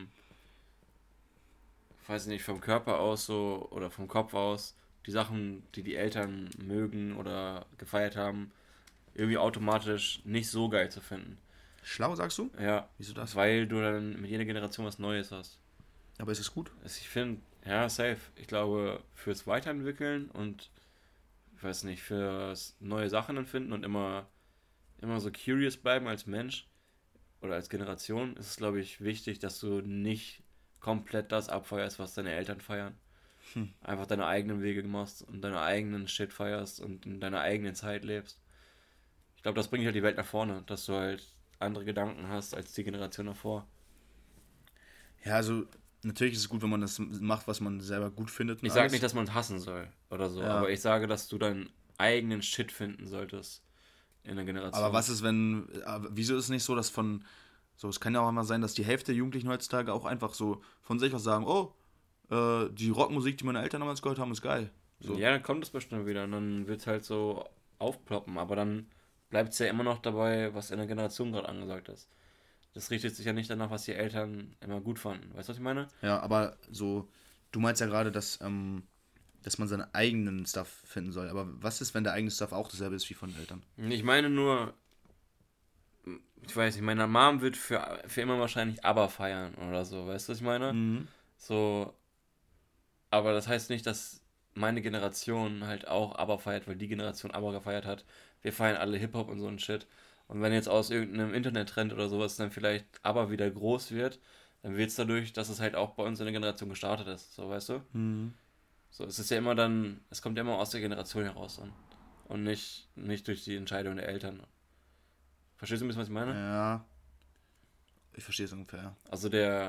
weiß nicht, vom Körper aus so oder vom Kopf aus, die Sachen, die die Eltern mögen oder gefeiert haben, irgendwie automatisch nicht so geil zu finden. Schlau, sagst du? Ja, Wieso das? weil du dann mit jeder Generation was Neues hast. Aber ist es gut? Also ich finde, ja, safe. Ich glaube, fürs Weiterentwickeln und, ich weiß nicht, fürs neue Sachen empfinden und immer so curious bleiben als Mensch oder als Generation, ist es, glaube ich, wichtig, dass du nicht komplett das abfeierst, was deine Eltern feiern. Einfach deine eigenen Wege machst und deine eigenen Shit feierst und in deiner eigenen Zeit lebst. Ich glaube, das bringt halt die Welt nach vorne, dass du halt andere Gedanken hast als die Generation davor. Ja, also natürlich ist es gut, wenn man das macht, was man selber gut findet. und Ich sage alles. nicht, dass man es hassen soll oder so, Ja. aber ich sage, dass du deinen eigenen Shit finden solltest in der Generation. Aber was ist, wieso ist es nicht so, es kann ja auch einmal sein, dass die Hälfte der Jugendlichen heutzutage auch einfach so von sich aus sagen, oh, die Rockmusik, die meine Eltern damals gehört haben, ist geil. So. Ja, dann kommt es bestimmt wieder und dann wird es halt so aufploppen, aber dann bleibt es ja immer noch dabei, was in der Generation gerade angesagt ist. Das richtet sich ja nicht danach, was die Eltern immer gut fanden. Weißt du, was ich meine? Ja, aber so, du meinst ja gerade, dass man seinen eigenen Stuff finden soll. Aber was ist, wenn der eigene Stuff auch dasselbe ist wie von den Eltern? Ich meine nur, ich weiß nicht, meine Mom wird für immer wahrscheinlich ABBA feiern oder so. Weißt du, was ich meine? Mhm. So, aber das heißt nicht, dass meine Generation halt auch ABBA feiert, weil die Generation ABBA gefeiert hat. Wir feiern alle Hip-Hop und so ein Shit. Und wenn jetzt aus irgendeinem Internettrend oder sowas dann vielleicht ABBA wieder groß wird, dann wird es dadurch, dass es halt auch bei uns in der Generation gestartet ist. So, weißt du? Mhm. So, es ist ja immer dann, es kommt ja immer aus der Generation heraus dann. Und nicht durch die Entscheidung der Eltern. Verstehst du ein bisschen, was ich meine? Ja, ich verstehe es ungefähr, ja. Also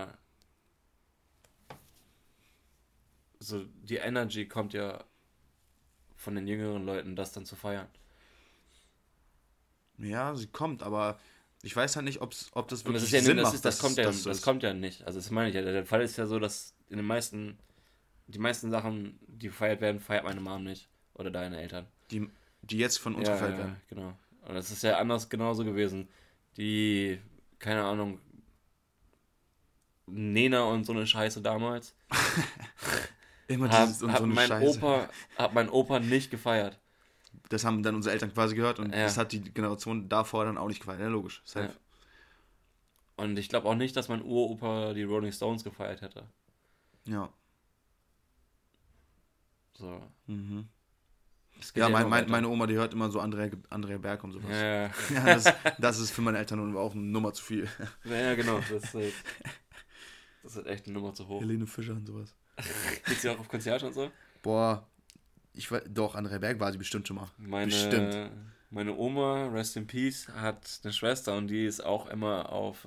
so die Energy kommt ja von den jüngeren Leuten, das dann zu feiern. Ja, sie kommt, aber ich weiß halt nicht, ob das Und das wirklich ist ja Sinn das, macht. das kommt ja, dass das kommt ja nicht. Also das meine ich ja. Der Fall ist ja so, dass in den meisten die meisten Sachen, die gefeiert werden, feiert meine Mom nicht. Oder deine Eltern. Die jetzt von uns gefeiert werden. Genau. Und das ist ja anders genauso gewesen. Die, keine Ahnung, Nena und so eine Scheiße damals. Immer dieses und so eine Scheiße. Hat mein Opa nicht gefeiert. Das haben dann unsere Eltern quasi gehört und das hat die Generation davor dann auch nicht gefeiert. Ja, logisch. Safe. Ja. Und ich glaube auch nicht, dass mein Uropa die Rolling Stones gefeiert hätte. Ja. So. Mhm. Ja, meine Oma, die hört immer so Andrea Berg und sowas. Ja, das ist für meine Eltern auch eine Nummer zu viel. Ja, genau. Das ist echt eine Nummer zu hoch. Helene Fischer und sowas. Geht sie auch auf Konzerte und so? Boah, doch, Andrea Berg war sie bestimmt schon mal. Bestimmt. Meine Oma, rest in peace, hat eine Schwester und die ist auch immer auf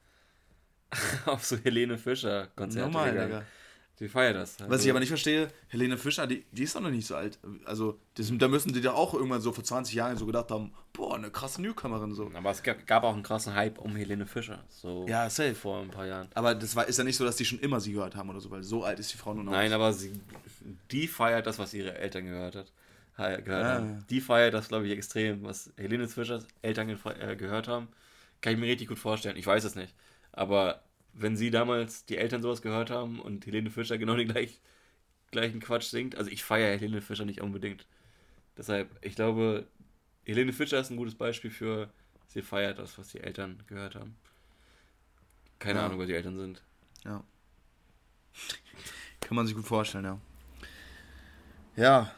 so Helene Fischer Konzerte Normal, gegangen. Digga. Die feiert das. Also. Was ich aber nicht verstehe, Helene Fischer, die ist doch noch nicht so alt. Also, da müssen die ja auch irgendwann so vor 20 Jahren so gedacht haben, boah, eine krasse Newcomerin so. Aber es gab auch einen krassen Hype um Helene Fischer. So ja, safe. Vor ein paar Jahren. Aber ist ja nicht so, dass die schon immer sie gehört haben oder so, weil so alt ist die Frau nur noch. Nein, aber die feiert das, was ihre Eltern gehört haben. Die feiert das, glaube ich, extrem, was Helene Fischers Eltern gehört haben. Kann ich mir richtig gut vorstellen. Ich weiß es nicht. Aber wenn sie damals die Eltern sowas gehört haben und Helene Fischer genau den gleichen Quatsch singt, also ich feiere Helene Fischer nicht unbedingt. Deshalb, ich glaube, Helene Fischer ist ein gutes Beispiel für, sie feiert das, was die Eltern gehört haben. Keine Ahnung, wer die Eltern sind. Ja. Kann man sich gut vorstellen, ja. Ja,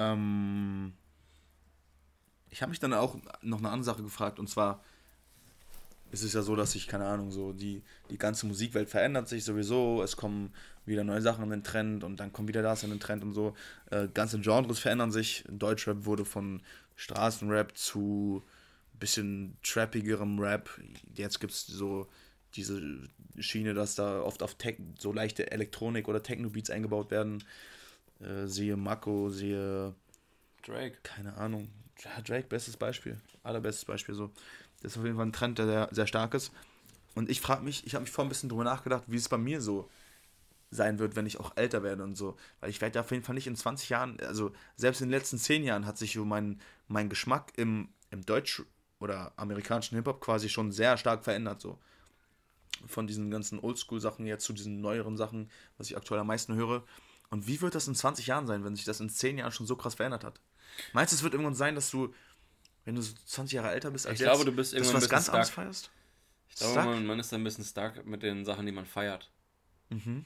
ich habe mich dann auch noch eine andere Sache gefragt, und zwar ist es ja so, dass sich, keine Ahnung, so die ganze Musikwelt verändert sich sowieso, es kommen wieder neue Sachen in den Trend und dann kommt wieder das in den Trend und so. Ganze Genres verändern sich. Deutschrap wurde von Straßenrap zu ein bisschen trappigerem Rap. Jetzt gibt es so diese Schiene, dass da oft auf so leichte Elektronik- oder Techno-Beats eingebaut werden. Siehe Mako, siehe Drake. Keine Ahnung. Ja, Drake, bestes Beispiel. Allerbestes Beispiel so. Das ist auf jeden Fall ein Trend, der sehr, sehr stark ist. Und ich habe mich vorhin ein bisschen drüber nachgedacht, wie es bei mir so sein wird, wenn ich auch älter werde und so. Weil ich werde auf jeden Fall nicht in 20 Jahren, also selbst in den letzten 10 Jahren hat sich so mein Geschmack im Deutsch- oder amerikanischen Hip-Hop quasi schon sehr stark verändert. So. Von diesen ganzen Oldschool-Sachen jetzt zu diesen neueren Sachen, was ich aktuell am meisten höre. Und wie wird das in 20 Jahren sein, wenn sich das in 10 Jahren schon so krass verändert hat? Meinst du, es wird irgendwann sein, dass du, wenn du so 20 Jahre älter bist als ich glaube, du bist irgendwann was ganz anderes feierst? Ich glaube, man ist ein bisschen stuck mit den Sachen, die man feiert. Mhm.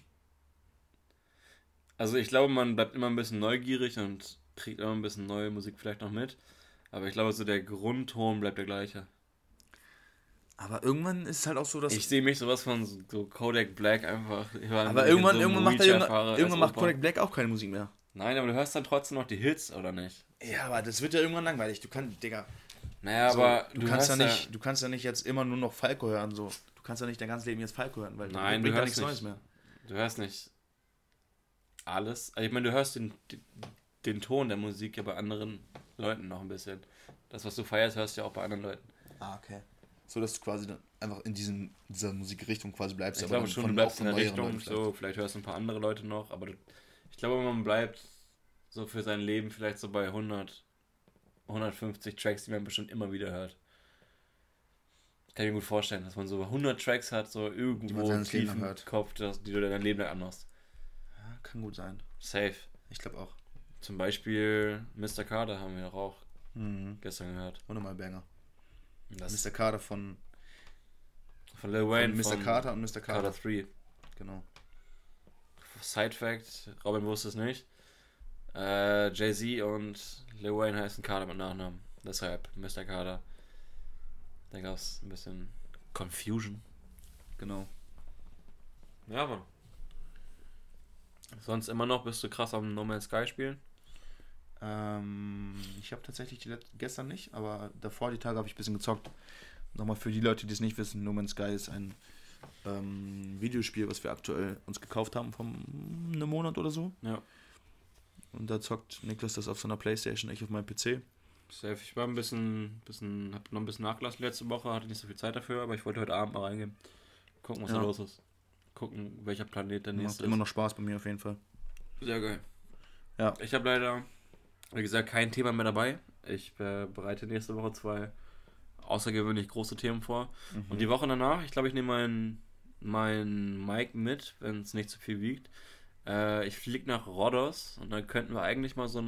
Also ich glaube, man bleibt immer ein bisschen neugierig und kriegt immer ein bisschen neue Musik vielleicht noch mit. Aber ich glaube, so der Grundton bleibt der gleiche. Aber irgendwann ist es halt auch so, dass... Ich sehe mich sowas von so Kodak Black einfach... Aber irgendwann macht Kodak Black auch keine Musik mehr. Nein, aber du hörst dann trotzdem noch die Hits, oder nicht? Ja, aber das wird ja irgendwann langweilig. Du kannst, Digga... Naja, so, aber du kannst ja nicht jetzt immer nur noch Falco hören, so. Du kannst ja nicht dein ganzes Leben jetzt Falco hören, weil nein, du hörst nichts Neues mehr. Du hörst nicht alles. Also ich meine, du hörst den Ton der Musik ja bei anderen Leuten noch ein bisschen. Das, was du feierst, hörst du ja auch bei anderen Leuten. Ah, okay. So, dass du quasi dann einfach in dieser Musikrichtung quasi bleibst. Ich glaube schon, du bleibst in der Richtung, so, vielleicht hörst du ein paar andere Leute noch, aber ich glaube, man bleibt so für sein Leben vielleicht so bei 150 Tracks, die man bestimmt immer wieder hört. Kann ich mir gut vorstellen, dass man so 100 Tracks hat, so irgendwo tief im Kopf, die du dein Leben lang anmachst. Ja, kann gut sein. Safe. Ich glaube auch. Zum Beispiel Mr. Carter haben wir auch gestern gehört. Und nochmal Banger. Mr. Carter von Lil Wayne. Von Mr. Carter und Mr. Carter 3. Genau. Side Fact, Robin wusste es nicht. Jay-Z und Lil Wayne heißen Carter mit Nachnamen. Deshalb Mr. Carter. Da gab es ein bisschen Confusion. Genau. Ja, Mann. Sonst immer noch bist du krass am No Man's Sky spielen? Ich habe tatsächlich gestern nicht, aber davor die Tage habe ich ein bisschen gezockt. Nochmal für die Leute, die es nicht wissen, No Man's Sky ist ein Videospiel, was wir aktuell uns gekauft haben vor einem Monat oder so. Ja. Und da zockt Niklas das auf seiner Playstation, ich auf meinem PC. Safe. Ich war hab noch ein bisschen nachgelassen letzte Woche, hatte nicht so viel Zeit dafür, aber ich wollte heute Abend mal reingehen. Gucken, was da los ist. Gucken, welcher Planet der nächste ist. Macht immer noch Spaß bei mir auf jeden Fall. Sehr geil. Ja. Ich habe leider, wie gesagt, kein Thema mehr dabei. Ich bereite nächste Woche 2 außergewöhnlich große Themen vor. Und die Woche danach, ich glaube, ich nehme mein Mic mit, wenn es nicht zu viel wiegt. Ich fliege nach Rhodos und dann könnten wir eigentlich mal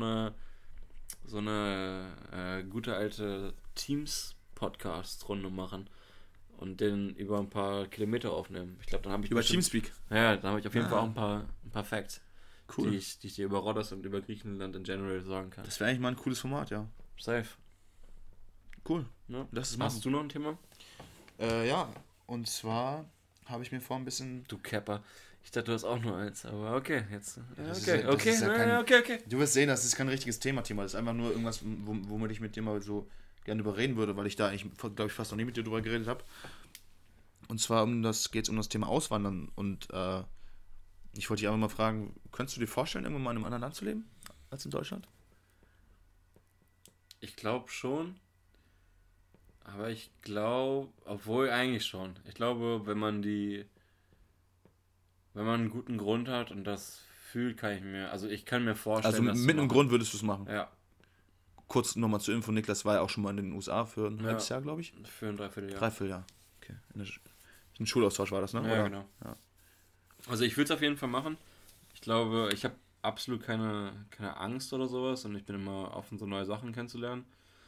so eine gute alte Teams-Podcast-Runde machen und den über ein paar Kilometer aufnehmen. Ich glaube, dann habe ich Über Teamspeak? Ja, dann habe ich auf jeden Fall auch ein paar Facts, Cool. die ich dir über Rhodos und über Griechenland in general sagen kann. Das wäre eigentlich mal ein cooles Format, ja. Safe. Cool. Ne? Lass es machen. Hast du noch ein Thema? Ja, und zwar habe ich mir vor ein bisschen... Du Capper. Ich dachte, du hast auch nur eins, aber okay, jetzt. das Okay, ist ja- das ist ja kein- okay. Du wirst sehen, das ist kein richtiges Thema. Das ist einfach nur irgendwas, womit ich mit dir mal so gerne überreden würde, weil ich da eigentlich, glaube ich, fast noch nie mit dir drüber geredet habe. Und zwar geht es um das Thema Auswandern. Und ich wollte dich einfach mal fragen, könntest du dir vorstellen, irgendwann mal in einem anderen Land zu leben, als in Deutschland? Ich glaube schon. Aber ich glaube, obwohl eigentlich schon. Ich glaube, wenn man einen guten Grund hat und das fühlt, ich kann mir vorstellen, Also das mit zu einem machen. Grund würdest du es machen. Ja, Kurz nochmal zur Info, Niklas war ja auch schon mal in den USA für ein halbes Jahr, glaube ich. für ein Dreivierteljahr. Dreivierteljahr. Okay. Ein Schulaustausch war das, ne? Ja, Oder? genau. Ja. Also ich würde es auf jeden Fall machen. Ich glaube, ich habe absolut keine Angst oder sowas und ich bin immer offen, so neue Sachen kennenzulernen.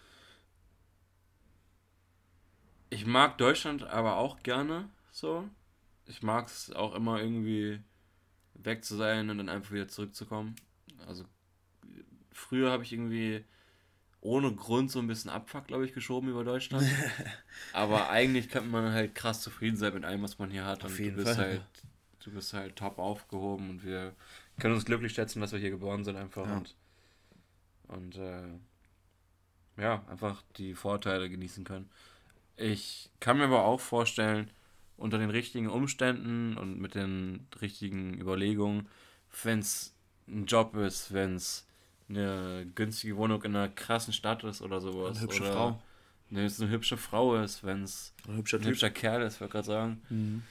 Ich mag Deutschland aber auch gerne so. Ich mag es auch immer irgendwie weg zu sein und dann einfach wieder zurückzukommen. Also früher habe ich irgendwie ohne Grund so ein bisschen Abfuck, glaube ich, geschoben über Deutschland. Aber eigentlich kann man halt krass zufrieden sein mit allem, was man hier hat. Auf Und jeden du bist Fall. halt, du bist halt top aufgehoben und wir können uns glücklich schätzen, dass wir hier geboren sind einfach Ja. und ja, einfach die Vorteile genießen können. Ich kann mir aber auch vorstellen, unter den richtigen Umständen und mit den richtigen Überlegungen, wenn es ein Job ist, wenn es eine günstige Wohnung in einer krassen Stadt ist oder sowas. Eine hübsche oder Frau. wenn es eine hübsche Frau ist, wenn es Ein hübscher ein Typ. hübscher Kerl ist, wollte ich gerade sagen. Mhm.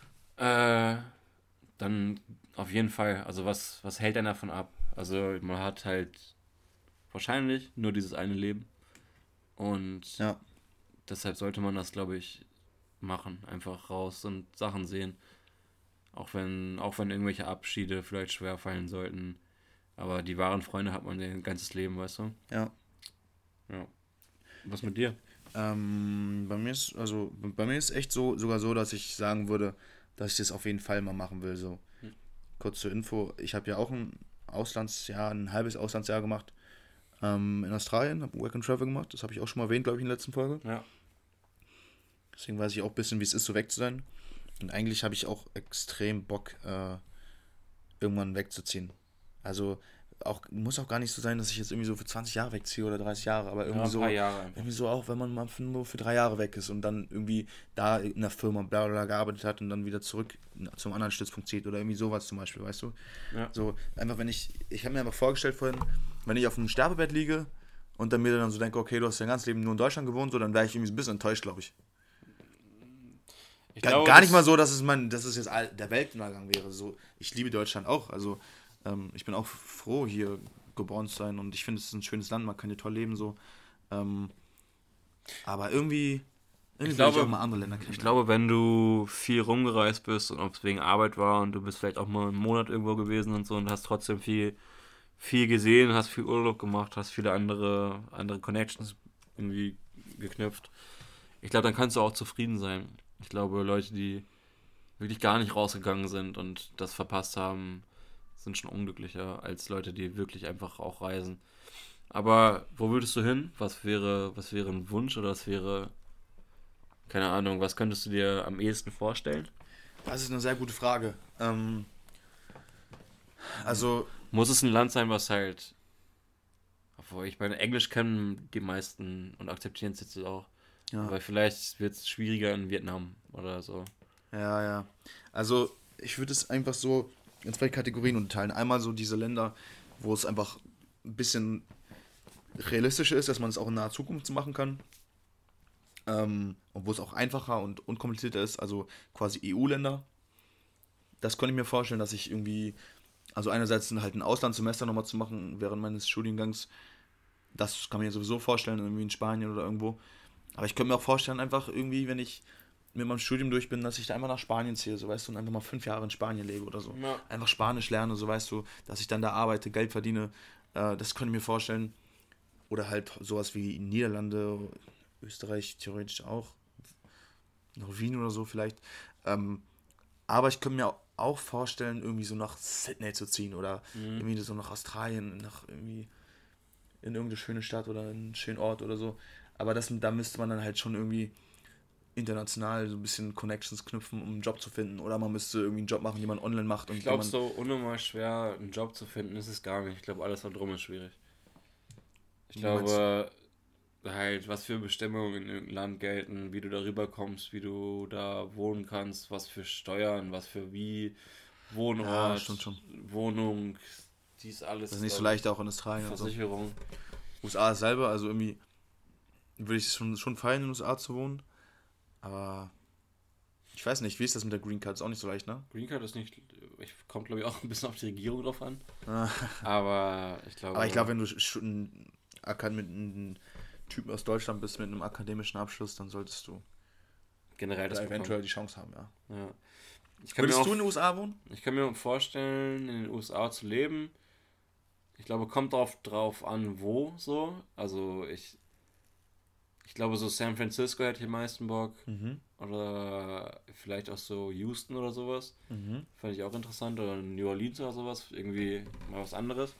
Dann auf jeden Fall. Also was hält denn davon ab? Also man hat halt wahrscheinlich nur dieses eine Leben. Und Ja. deshalb sollte man das, glaube ich, machen. Einfach raus und Sachen sehen. Auch wenn irgendwelche Abschiede vielleicht schwer fallen sollten. Aber die wahren Freunde hat man ein ganzes Leben, weißt du? Ja. Ja. Was mit dir? Bei mir ist echt sogar so, dass ich sagen würde, dass ich das auf jeden Fall mal machen will. So. Kurz zur Info, ich habe ja auch ein halbes Auslandsjahr gemacht in Australien, habe Work and Travel gemacht. Das habe ich auch schon mal erwähnt, glaube ich, in der letzten Folge. Ja. Deswegen weiß ich auch ein bisschen, wie es ist, so weg zu sein. Und eigentlich habe ich auch extrem Bock, irgendwann wegzuziehen. Also muss auch gar nicht so sein, dass ich jetzt irgendwie so für 20 Jahre wegziehe oder 30 Jahre, aber irgendwie Ein so, paar Jahre einfach. irgendwie so auch, wenn man mal nur für 3 Jahre weg ist und dann irgendwie da in der Firma bla bla gearbeitet hat und dann wieder zurück zum anderen Stützpunkt zieht oder irgendwie sowas zum Beispiel, weißt du? Ja. So, einfach ich habe mir einfach vorgestellt vorhin, wenn ich auf einem Sterbebett liege und dann mir dann so denke, okay, du hast dein ganzes Leben nur in Deutschland gewohnt, so, dann wäre ich irgendwie so ein bisschen enttäuscht, glaube ich. Ich Gar, glaube, gar nicht mal so, dass es jetzt der Weltuntergang wäre. So, ich liebe Deutschland auch. Also ich bin auch froh, hier geboren zu sein und ich finde, es ist ein schönes Land, man kann hier toll leben so. Aber irgendwie will ich auch mal andere Länder kennen. Ich glaube, wenn du viel rumgereist bist und ob es wegen Arbeit war und du bist vielleicht auch mal einen Monat irgendwo gewesen und so und hast trotzdem viel gesehen, hast viel Urlaub gemacht, hast viele andere Connections irgendwie geknüpft. Ich glaube, dann kannst du auch zufrieden sein. Ich glaube, Leute, die wirklich gar nicht rausgegangen sind und das verpasst haben, sind schon unglücklicher als Leute, die wirklich einfach auch reisen. Aber wo würdest du hin? Was wäre ein Wunsch oder keine Ahnung, was könntest du dir am ehesten vorstellen? Das ist eine sehr gute Frage. Also, Muss es ein Land sein, was halt, obwohl ich meine, Englisch können die meisten und akzeptieren es jetzt auch. ja. Aber vielleicht wird es schwieriger in Vietnam oder so. Ja. Also, ich würde es einfach so in 2 Kategorien unterteilen. Einmal so diese Länder, wo es einfach ein bisschen realistischer ist, dass man es auch in naher Zukunft machen kann. Und wo es auch einfacher und unkomplizierter ist, also quasi EU-Länder. Das könnte ich mir vorstellen, dass ich irgendwie Also einerseits halt ein Auslandssemester nochmal zu machen während meines Studiengangs, das kann man mir sowieso vorstellen, irgendwie in Spanien oder irgendwo. Aber ich könnte mir auch vorstellen, einfach irgendwie, wenn ich mit meinem Studium durch bin, dass ich da einfach nach Spanien ziehe, so weißt du, und einfach mal 5 Jahre in Spanien lebe oder so. Ja. Einfach Spanisch lerne, so weißt du, dass ich dann da arbeite, Geld verdiene. Das könnte ich mir vorstellen. Oder halt sowas wie Niederlande, Österreich theoretisch auch. Noch Wien oder so vielleicht. Aber ich könnte mir auch vorstellen, irgendwie so nach Sydney zu ziehen oder Mhm. irgendwie so nach Australien, nach irgendwie in irgendeine schöne Stadt oder einen schönen Ort oder so. Aber da müsste man dann halt schon irgendwie international so ein bisschen Connections knüpfen, um einen Job zu finden. Oder man müsste irgendwie einen Job machen, den man online macht Ich und den glaube, man. so unnormal schwer, einen Job zu finden, ist es gar nicht. Ich glaube, alles da drum ist schwierig. Ich Wie meinst du? glaube, halt, was für Bestimmungen in irgendeinem Land gelten, wie du darüber kommst, wie du da wohnen kannst, was für Steuern, was für wie, Ja, stimmt Wohnort, schon. Wohnung, dies Das ist alles, nicht so glaube leicht ich, auch in Australien und so. Versicherung. USA selber, also irgendwie würde ich es schon feiern, in den USA zu wohnen. Aber ich weiß nicht, wie ist das mit der Green Card? Ist auch nicht so leicht, ne? Green Card ist nicht, ich kommt glaube ich auch ein bisschen auf die Regierung drauf an, Ah, aber ich aber ich glaube, glaube wenn du schon mit einem Typen aus Deutschland bist mit einem akademischen Abschluss, dann solltest du generell da das bekommen. eventuell die Chance haben, ja. Ja. Ich kann mir Würdest auch, du in den USA wohnen? ich kann mir vorstellen, in den USA zu leben. Ich glaube, kommt drauf an, wo so. Also ich glaube, so San Francisco hätte ich am meisten Bock. Mhm. Oder vielleicht auch so Houston oder sowas. Mhm. Fand ich auch interessant. Oder New Orleans oder sowas. Irgendwie mal was anderes.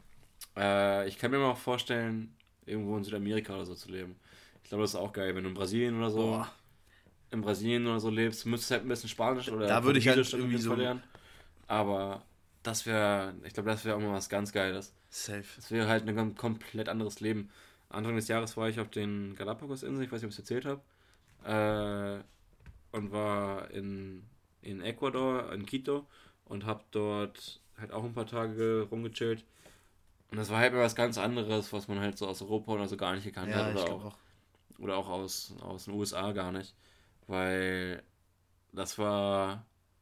Ich kann mir mal auch vorstellen, irgendwo in Südamerika oder so zu leben. Ich glaube, das ist auch geil, wenn du Boah, in Brasilien oder so lebst, müsstest du halt ein bisschen Spanisch oder da würde ich halt Portugiesisch auf irgendwie jeden Fall so lernen. Aber ich glaube, das wäre auch mal was ganz Geiles. safe. Das wäre halt ein komplett anderes Leben. Anfang des Jahres war ich auf den Galapagos-Inseln, ich weiß nicht, ob ich es erzählt habe, und war in Ecuador, in Quito, und habe dort halt auch ein paar Tage rumgechillt. Und das war halt mal was ganz anderes, was man halt so aus Europa oder so gar nicht gekannt hat Ja, ich glaube auch. oder auch aus den USA gar nicht. Weil das war,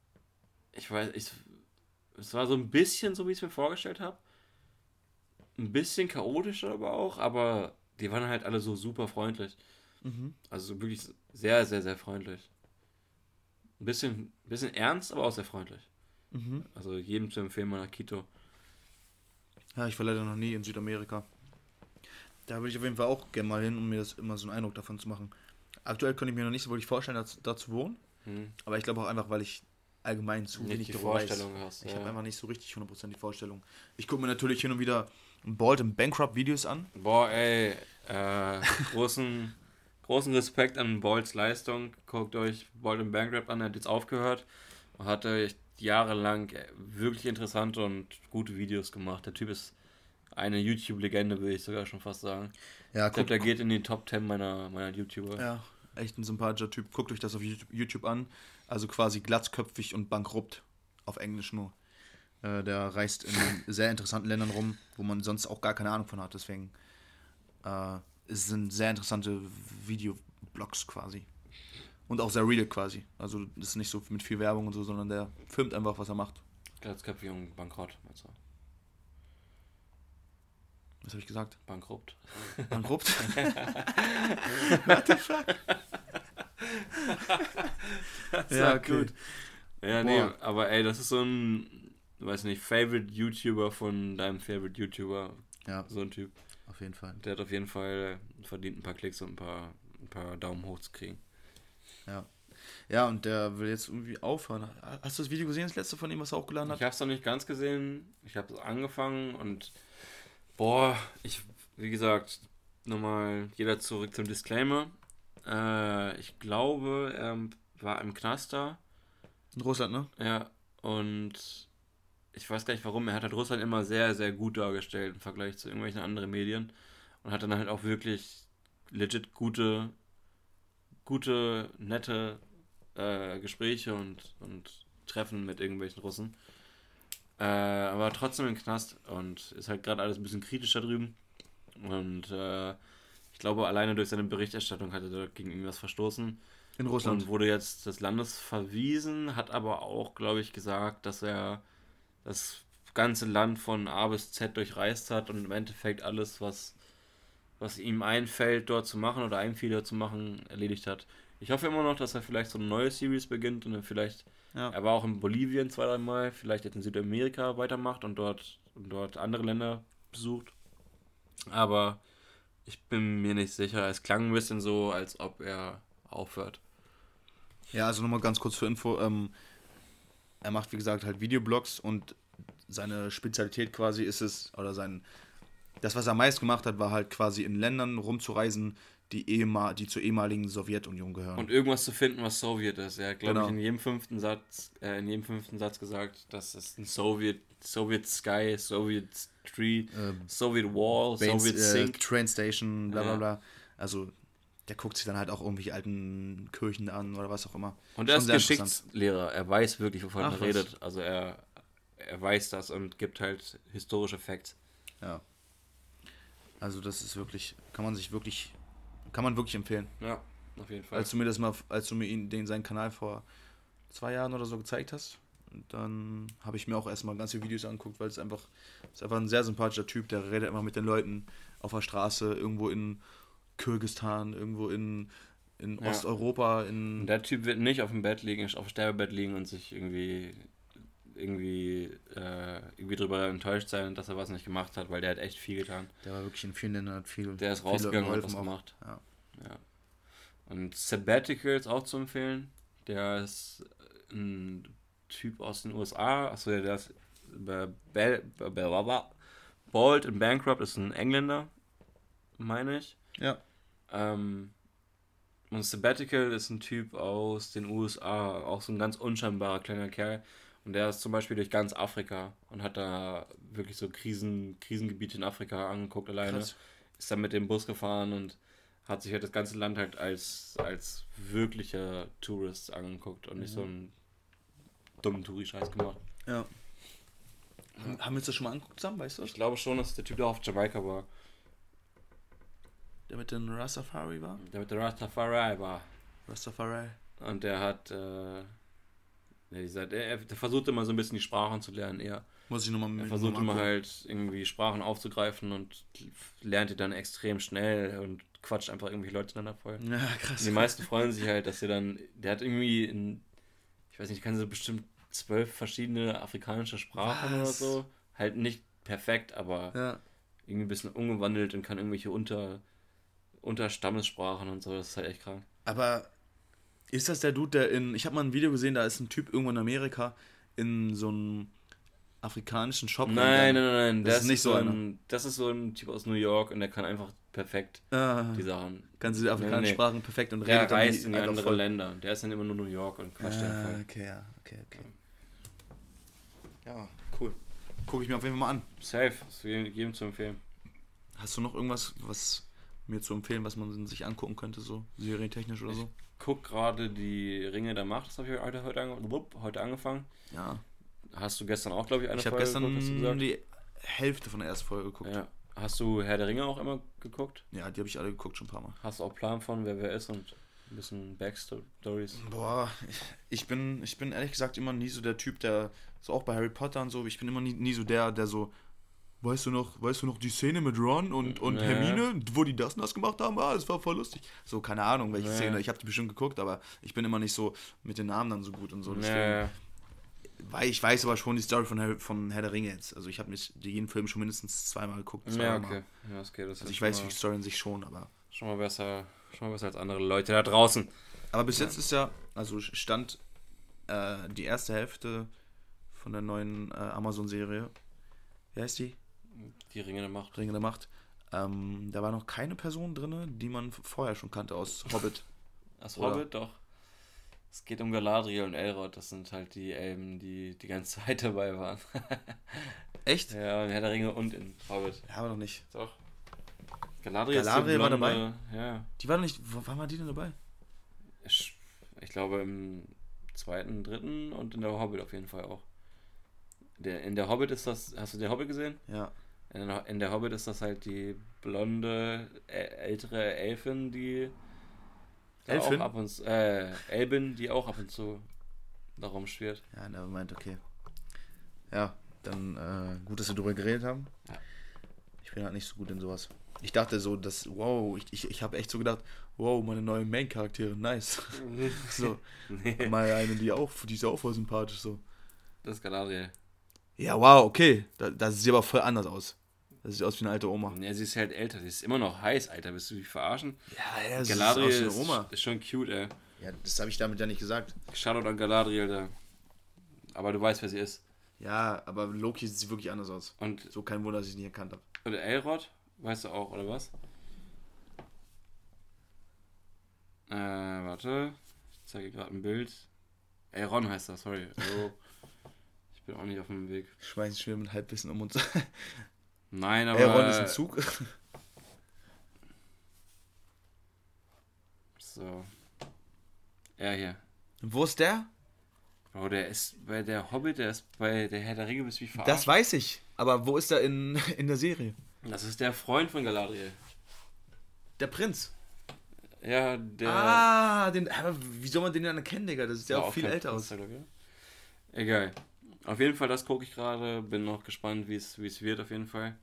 es war so ein bisschen so, wie ich es mir vorgestellt habe. Ein bisschen chaotischer aber auch, aber die waren halt alle so super freundlich. Mhm. Also wirklich sehr, sehr, sehr freundlich. Bisschen ernst, aber auch sehr freundlich. Mhm. Also jedem zu empfehlen, mal nach Quito. Ja, ich war leider noch nie in Südamerika. Da würde ich auf jeden Fall auch gerne mal hin, um mir das immer so einen Eindruck davon zu machen. Aktuell könnte ich mir noch nicht so wirklich vorstellen, da zu wohnen. Hm. Aber ich glaube auch einfach, weil ich allgemein zu Nicht wenig die darüber weiß. Vorstellung hast. Ich Ja. habe einfach nicht so richtig 100% die Vorstellung. Ich gucke mir natürlich hin und wieder Bald and Bankrupt Videos an. Boah, ey, äh, großen, großen Respekt an Balls Leistung. Guckt euch Bald and Bankrupt an, er hat jetzt aufgehört und hatte jahrelang wirklich interessante und gute Videos gemacht. Der Typ ist eine YouTube-Legende, will ich sogar schon fast sagen. Ja, Ich glaube, der geht in die Top 10 meiner YouTuber. ja, echt ein sympathischer Typ. Guckt euch das auf YouTube an. Also quasi glatzköpfig und bankrupt. Auf Englisch nur. Der reist in sehr interessanten Ländern rum, wo man sonst auch gar keine Ahnung von hat. Deswegen es sind sehr interessante Videoblogs quasi. Und auch sehr real quasi. Also das ist nicht so mit viel Werbung und so, sondern der filmt einfach, was er macht. Glatzköpfig und bankrott, meinst du? Was habe ich gesagt? Bankrupt. Bankrupt? Ja, okay. Ja, nee, Boah. aber ey, das ist so ein, weiß nicht, Favorite YouTuber von deinem Favorite YouTuber. Ja, So ein Typ. auf jeden Fall. Der hat auf jeden Fall verdient, ein paar Klicks und ein paar Daumen hoch zu kriegen. Ja. Ja, und der will jetzt irgendwie aufhören. Hast du das Video gesehen, das letzte von ihm, was er hochgeladen Ich hat? habe es noch nicht ganz gesehen. Ich habe es angefangen und boah, wie gesagt, nochmal jeder zurück zum Disclaimer. Ich glaube, er war im Knast da. In Russland, ne? Ja, und ich weiß gar nicht warum. Er hat halt Russland immer sehr, sehr gut dargestellt im Vergleich zu irgendwelchen anderen Medien und hat dann halt auch wirklich legit gute, nette Gespräche und Treffen mit irgendwelchen Russen. Aber trotzdem im Knast und ist halt gerade alles ein bisschen kritisch da drüben. Und ich glaube, alleine durch seine Berichterstattung hat er da gegen irgendwas verstoßen In und Russland. wurde jetzt des Landes verwiesen, hat aber auch, glaube ich, gesagt, dass er das ganze Land von A bis Z durchreist hat und im Endeffekt alles, was ihm einfällt, dort zu machen oder einfiel, dort zu machen, erledigt hat. Ich hoffe immer noch, dass er vielleicht so eine neue Series beginnt und dann vielleicht, er war auch in Bolivien 2-3 Mal, vielleicht jetzt in Südamerika weitermacht und dort andere Länder besucht. Aber ich bin mir nicht sicher. Es klang ein bisschen so, als ob er aufhört. Ja, also nochmal ganz kurz für Info. Er macht, wie gesagt, halt Videoblogs und seine Spezialität quasi ist es, oder das, was er meist gemacht hat, war halt quasi in Ländern rumzureisen, die zur ehemaligen Sowjetunion gehören. Und irgendwas zu finden, was Sowjet ist. Er hat, glaube ich, in jedem fünften Satz gesagt, dass es ein Soviet Sky, Soviet Tree, Soviet Wall, Soviet Sink. Train Station, bla bla bla. Also der guckt sich dann halt auch irgendwelche alten Kirchen an oder was auch immer. Und er ist Geschichtslehrer. Er weiß wirklich, wovon er redet. Also er weiß das und gibt halt historische Facts. Ja. Also das ist wirklich, kann man wirklich empfehlen. Ja, auf jeden Fall. Als du mir seinen Kanal vor 2 Jahren oder so gezeigt hast, dann habe ich mir auch erstmal ganze Videos angeguckt, weil ist einfach ein sehr sympathischer Typ, der redet immer mit den Leuten auf der Straße, irgendwo in Kirgisistan, irgendwo in Osteuropa. Und der Typ wird nicht auf dem Sterbebett liegen und sich irgendwie drüber enttäuscht sein, dass er was nicht gemacht hat, weil der hat echt viel getan. Der war wirklich in vielen Ländern, hat viel. Der ist rausgegangen und hat was gemacht. Ja. Und Sabbatical ist auch zu empfehlen. Der ist ein Typ aus den USA. Achso, der ist Bald and Bankrupt ist ein Engländer, meine ich. Ja. Und Sabbatical ist ein Typ aus den USA, auch so ein ganz unscheinbarer kleiner Kerl. Und der ist zum Beispiel durch ganz Afrika und hat da wirklich so Krisengebiete in Afrika angeguckt alleine. Krass. Ist dann mit dem Bus gefahren und hat sich halt das ganze Land halt als wirklicher Tourist angeguckt und nicht so einen dummen Touri-Scheiß gemacht. Ja. Haben wir uns das schon mal angeguckt zusammen, weißt du das? Ich glaube schon, dass der Typ da auf Jamaika war. Der mit den Rastafari war? Der mit der Rastafari war. Rastafari. Und der hat, der versucht immer so ein bisschen die Sprachen zu lernen eher. Muss ich nochmal mit. Er versucht immer halt irgendwie Sprachen aufzugreifen und lernt die dann extrem schnell und quatscht einfach irgendwie Leute zueinander voll. Ja, krass. Und die meisten freuen sich halt, dass der hat irgendwie ich weiß nicht, kann so bestimmt 12 verschiedene afrikanische Sprachen oder so. Halt nicht perfekt, aber irgendwie ein bisschen umgewandelt und kann irgendwelche Unterstammessprachen und so. Das ist halt echt krank. Aber ist das der Dude, ich habe mal ein Video gesehen, da ist ein Typ irgendwo in Amerika in so einem afrikanischen Shop. Nein. Das ist nicht so einer. Das ist so ein Typ aus New York und der kann einfach perfekt die Sachen. Kann sie die afrikanischen Sprachen perfekt und redet dann. Der reist in die anderen Länder. Der ist dann immer nur New York und quatscht voll. Okay. Ja, cool. Gucke ich mir auf jeden Fall mal an. Safe, ist jedem zu empfehlen. Hast du noch irgendwas, was mir zu empfehlen, was man sich angucken könnte, so serientechnisch oder so? Ich guck gerade die Ringe der Macht, das habe ich heute angefangen. Ja. Hast du gestern auch, glaube ich, eine Folge geguckt? Ich habe gestern die Hälfte von der ersten Folge geguckt. Ja. Hast du Herr der Ringe auch immer geguckt? Ja, die habe ich alle geguckt, schon ein paar Mal. Hast du auch Plan von, wer ist und ein bisschen Backstories? Boah, ich bin ehrlich gesagt immer nie so der Typ, der, so auch bei Harry Potter und so, ich bin immer nie so der so, weißt du noch die Szene mit Ron und Hermine, wo die das und das gemacht haben? Das war voll lustig. So, keine Ahnung, welche Szene, ich habe die bestimmt geguckt, aber ich bin immer nicht so mit den Namen dann so gut und so, deswegen... Weil ich weiß aber schon die Story von Herr der Ringe jetzt. Also ich habe jeden Film schon mindestens 2-mal geguckt. Ja, okay. Ja, das geht. Also ich weiß die Story an sich schon, aber... Schon mal besser als andere Leute da draußen. Aber bis jetzt ist also stand die erste Hälfte von der neuen Amazon-Serie. Wie heißt die? Die Ringe der Macht. Ringe der Macht. Da war noch keine Person drin, die man vorher schon kannte aus Hobbit. Aus Hobbit, doch. Es geht um Galadriel und Elrond, das sind halt die Elben, die ganze Zeit dabei waren. Echt? Ja, in Herr der Ringe und in Hobbit. Ja, aber noch nicht. Doch. Galadriel war dabei? Ja. Die war doch nicht, wann war die denn dabei? Ich glaube im 2., 3. und in der Hobbit auf jeden Fall auch. In der Hobbit ist das, hast du den Hobbit gesehen? Ja. In der Hobbit ist das halt die blonde, ältere Elfin, die... Elfin? Elbin, die auch ab und zu da rumschwirrt. Ja, nevermind, okay. Ja, dann gut, dass wir darüber geredet haben. Ja. Ich bin halt nicht so gut in sowas. Ich dachte so, ich habe echt so gedacht, wow, meine neuen Main-Charaktere, nice. So, Nee, mal eine, die ist auch voll sympathisch, so. das ist Galadriel. Ja, wow, okay, da sieht sie aber voll anders aus. Das sieht aus wie eine alte Oma. Ja, sie ist halt älter, sie ist immer noch heiß, Alter, willst du mich verarschen? Ja, das Galadriel sieht aus wie eine Oma. ist schon cute, ey. Ja, das habe ich damit ja nicht gesagt. Shoutout an Galadriel da. Aber du weißt, wer sie ist. Ja, aber Loki sieht wirklich anders aus. Und So kein Wunder, dass ich ihn nicht erkannt habe. oder Elrod, weißt du auch, oder was? Warte. Ich zeige gerade ein Bild. Elrond heißt das, sorry. Also, ich bin auch nicht auf dem Weg. Schmeißen schon wieder mit Halbwissen um uns. Nein, aber. Elrond ist ein Zug. So. Er hier. Wo ist der? Bro, der ist bei der Hobbit, der ist bei der Herr der Ringe, bist du mich verarscht? Das weiß ich. Aber wo ist er in der Serie? Das ist der Freund von Galadriel. Der Prinz. Ja, der. Aber wie soll man den denn erkennen, Digga? Das sieht ja auch viel kein älter aus. Prinz, oder? Egal. Auf jeden Fall, das gucke ich gerade. Bin noch gespannt, wie es wird, auf jeden Fall.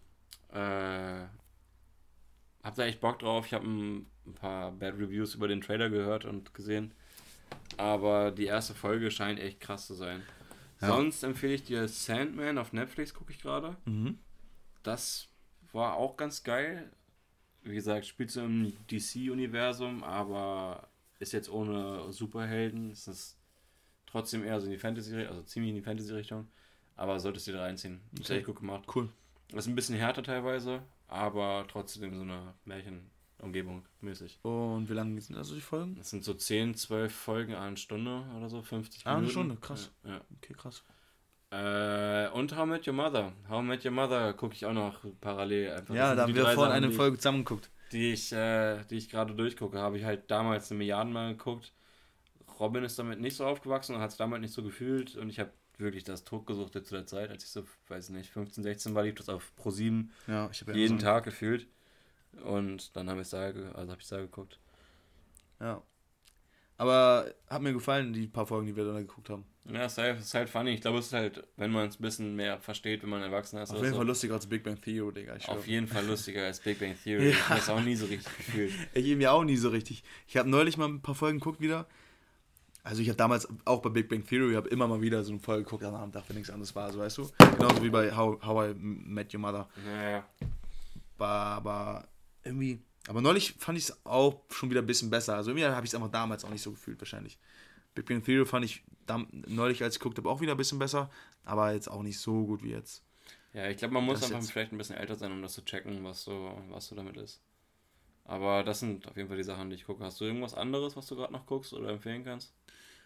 Hab da echt Bock drauf. Ich habe ein paar Bad Reviews über den Trailer gehört und gesehen. Aber die erste Folge scheint echt krass zu sein. Ja. Sonst empfehle ich dir Sandman auf Netflix, gucke ich gerade. Mhm. Das war auch ganz geil. Wie gesagt, spielt so im DC-Universum, aber ist jetzt ohne Superhelden. Es ist trotzdem eher so in die Fantasy, also ziemlich in die Fantasy-Richtung. Aber solltest du dir reinziehen. Ist echt gut gemacht. Cool. Ist ein bisschen härter teilweise, aber trotzdem so eine Märchenumgebung mäßig. Und wie lange sind also die Folgen? Das sind so 10, 12 Folgen, eine Stunde oder so, 50 Minuten. Eine Stunde, krass. Ja. Okay, krass. Und How I Met Your Mother. How I Met Your Mother gucke ich auch noch parallel. Einfach. Ja, Das sind da haben die wir drei vorhin Sachen, eine Folge zusammen geguckt. die ich gerade durchgucke. Habe ich halt damals eine Milliarden Mal geguckt. Robin ist damit nicht so aufgewachsen und hat es damals nicht so gefühlt. Und ich habe wirklich das totgesuchtet zu der Zeit, als ich so, weiß nicht, 15, 16 war, lief das auf Pro7 Ja, ich habe jeden Tag gefühlt. Und dann habe ich da geguckt. Ja. Aber hat mir gefallen, die paar Folgen, die wir da geguckt haben. Ja, es ist halt funny. Ich glaube, es ist halt, wenn man es ein bisschen mehr versteht, wenn man erwachsen ist. Auf jeden Fall lustiger als Big Bang Theory, Digga. Auf jeden Fall lustiger als Big Bang Theory. Ich habe es auch nie so richtig gefühlt. Ich eben ja auch nie so richtig. Ich habe neulich mal ein paar Folgen geguckt wieder. Also ich habe damals auch bei Big Bang Theory, habe immer mal wieder so eine Folge geguckt am Tag, wenn nichts anderes war, so weißt du. Genauso wie bei How I Met Your Mother. Ja. Aber irgendwie... Aber neulich fand ich es auch schon wieder ein bisschen besser. Also irgendwie habe ich es einfach damals auch nicht so gefühlt wahrscheinlich. Big Bang Theory fand ich neulich, als ich geguckt habe, auch wieder ein bisschen besser. Aber jetzt auch nicht so gut wie jetzt. Ja, ich glaube, man muss Das einfach jetzt- vielleicht ein bisschen älter sein, um das zu checken, was so damit ist. Aber das sind auf jeden Fall die Sachen, die ich gucke. Hast du irgendwas anderes, was du gerade noch guckst oder empfehlen kannst?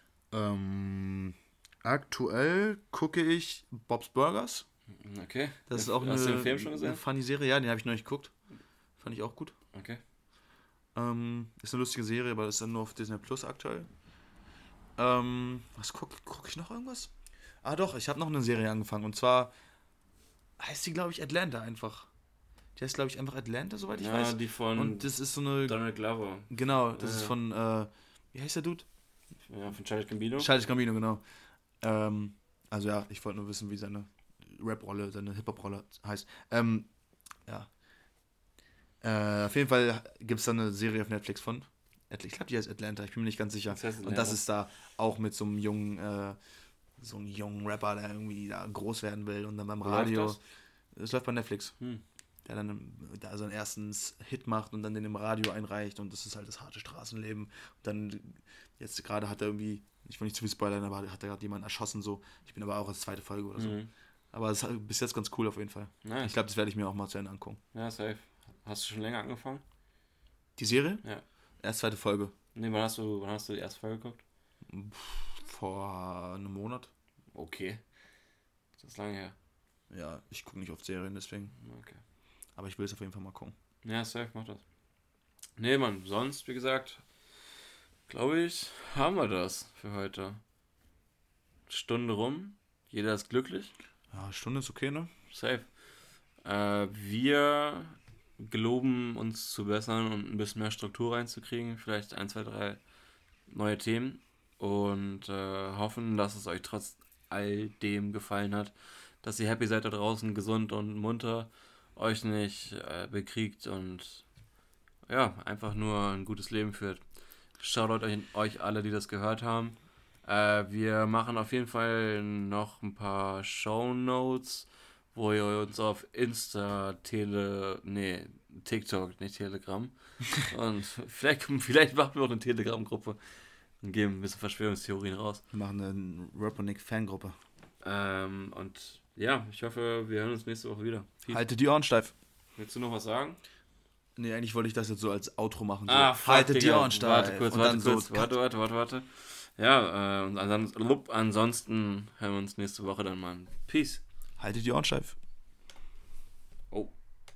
Aktuell gucke ich Bob's Burgers. Okay. Das ist auch Hast du den eine Film schon gesehen? funny Serie. Ja, den habe ich noch nicht geguckt. Fand ich auch gut. Okay. Ist eine lustige Serie, aber das ist dann nur auf Disney Plus aktuell. Was guck ich noch irgendwas? Ah doch, ich habe noch eine Serie angefangen. Und zwar heißt die, glaube ich, Atlanta einfach. Die heißt, glaube ich, einfach Atlanta, soweit ich Ja, weiß. die von Und das ist so eine... Donald Glover. Genau, das ist Ja. von... wie heißt der Dude? Ja, von Childish Gambino. Childish Gambino, genau. Also ja, ich wollte nur wissen, wie seine Rap-Rolle, seine Hip-Hop-Rolle heißt. Ja. Auf jeden Fall gibt es da eine Serie auf Netflix von. Ich glaube, die heißt Atlanta, ich bin mir nicht ganz sicher. Das heißt Und das Atlanta. ist da auch mit so einem jungen Rapper, der irgendwie da groß werden will und dann beim Wo läuft Radio. das? Das läuft bei Netflix. Hm. Der dann da seinen ersten Hit macht und dann den im Radio einreicht und das ist halt das harte Straßenleben. Und dann, jetzt gerade hat er irgendwie, ich will nicht zu viel spoilern, aber hat er gerade jemanden erschossen so. Ich bin aber auch als zweite Folge oder so. Mhm. Aber es ist bis jetzt ganz cool auf jeden Fall. Nice. Ich glaube, das werde ich mir auch mal zu Ende angucken. Ja, safe. Hast du schon länger angefangen? Die Serie? Ja. Erst zweite Folge. Nee, wann hast du die erste Folge geguckt? Vor einem Monat. Okay. Das ist lange her. Ja, ich gucke nicht oft Serien, deswegen. Okay. Aber ich will es auf jeden Fall mal gucken. Ja, safe, mach das. Nee, Mann, sonst, wie gesagt, glaube ich, haben wir das für heute. Stunde rum. Jeder ist glücklich. Ja, Stunde ist okay, ne? Safe. Wir geloben uns zu bessern und ein bisschen mehr Struktur reinzukriegen. Vielleicht 1, 2, 3 neue Themen. Und hoffen, dass es euch trotz all dem gefallen hat, dass ihr happy seid da draußen, gesund und munter, euch nicht bekriegt und ja, einfach nur ein gutes Leben führt. Shoutout euch alle, die das gehört haben. Wir machen auf jeden Fall noch ein paar Shownotes, wo ihr uns auf TikTok, nicht Telegram. Und vielleicht machen wir auch eine Telegram-Gruppe und geben ein bisschen Verschwörungstheorien raus. Wir machen eine Raponic-Fangruppe. Und ja, ich hoffe, wir hören uns nächste Woche wieder. Haltet die Ohren steif. Willst du noch was sagen? Nee, eigentlich wollte ich das jetzt so als Outro machen. So. Haltet die Ohren steif. Warte. Ja, und ansonsten hören wir uns nächste Woche dann mal. Peace. Haltet die Ohren steif.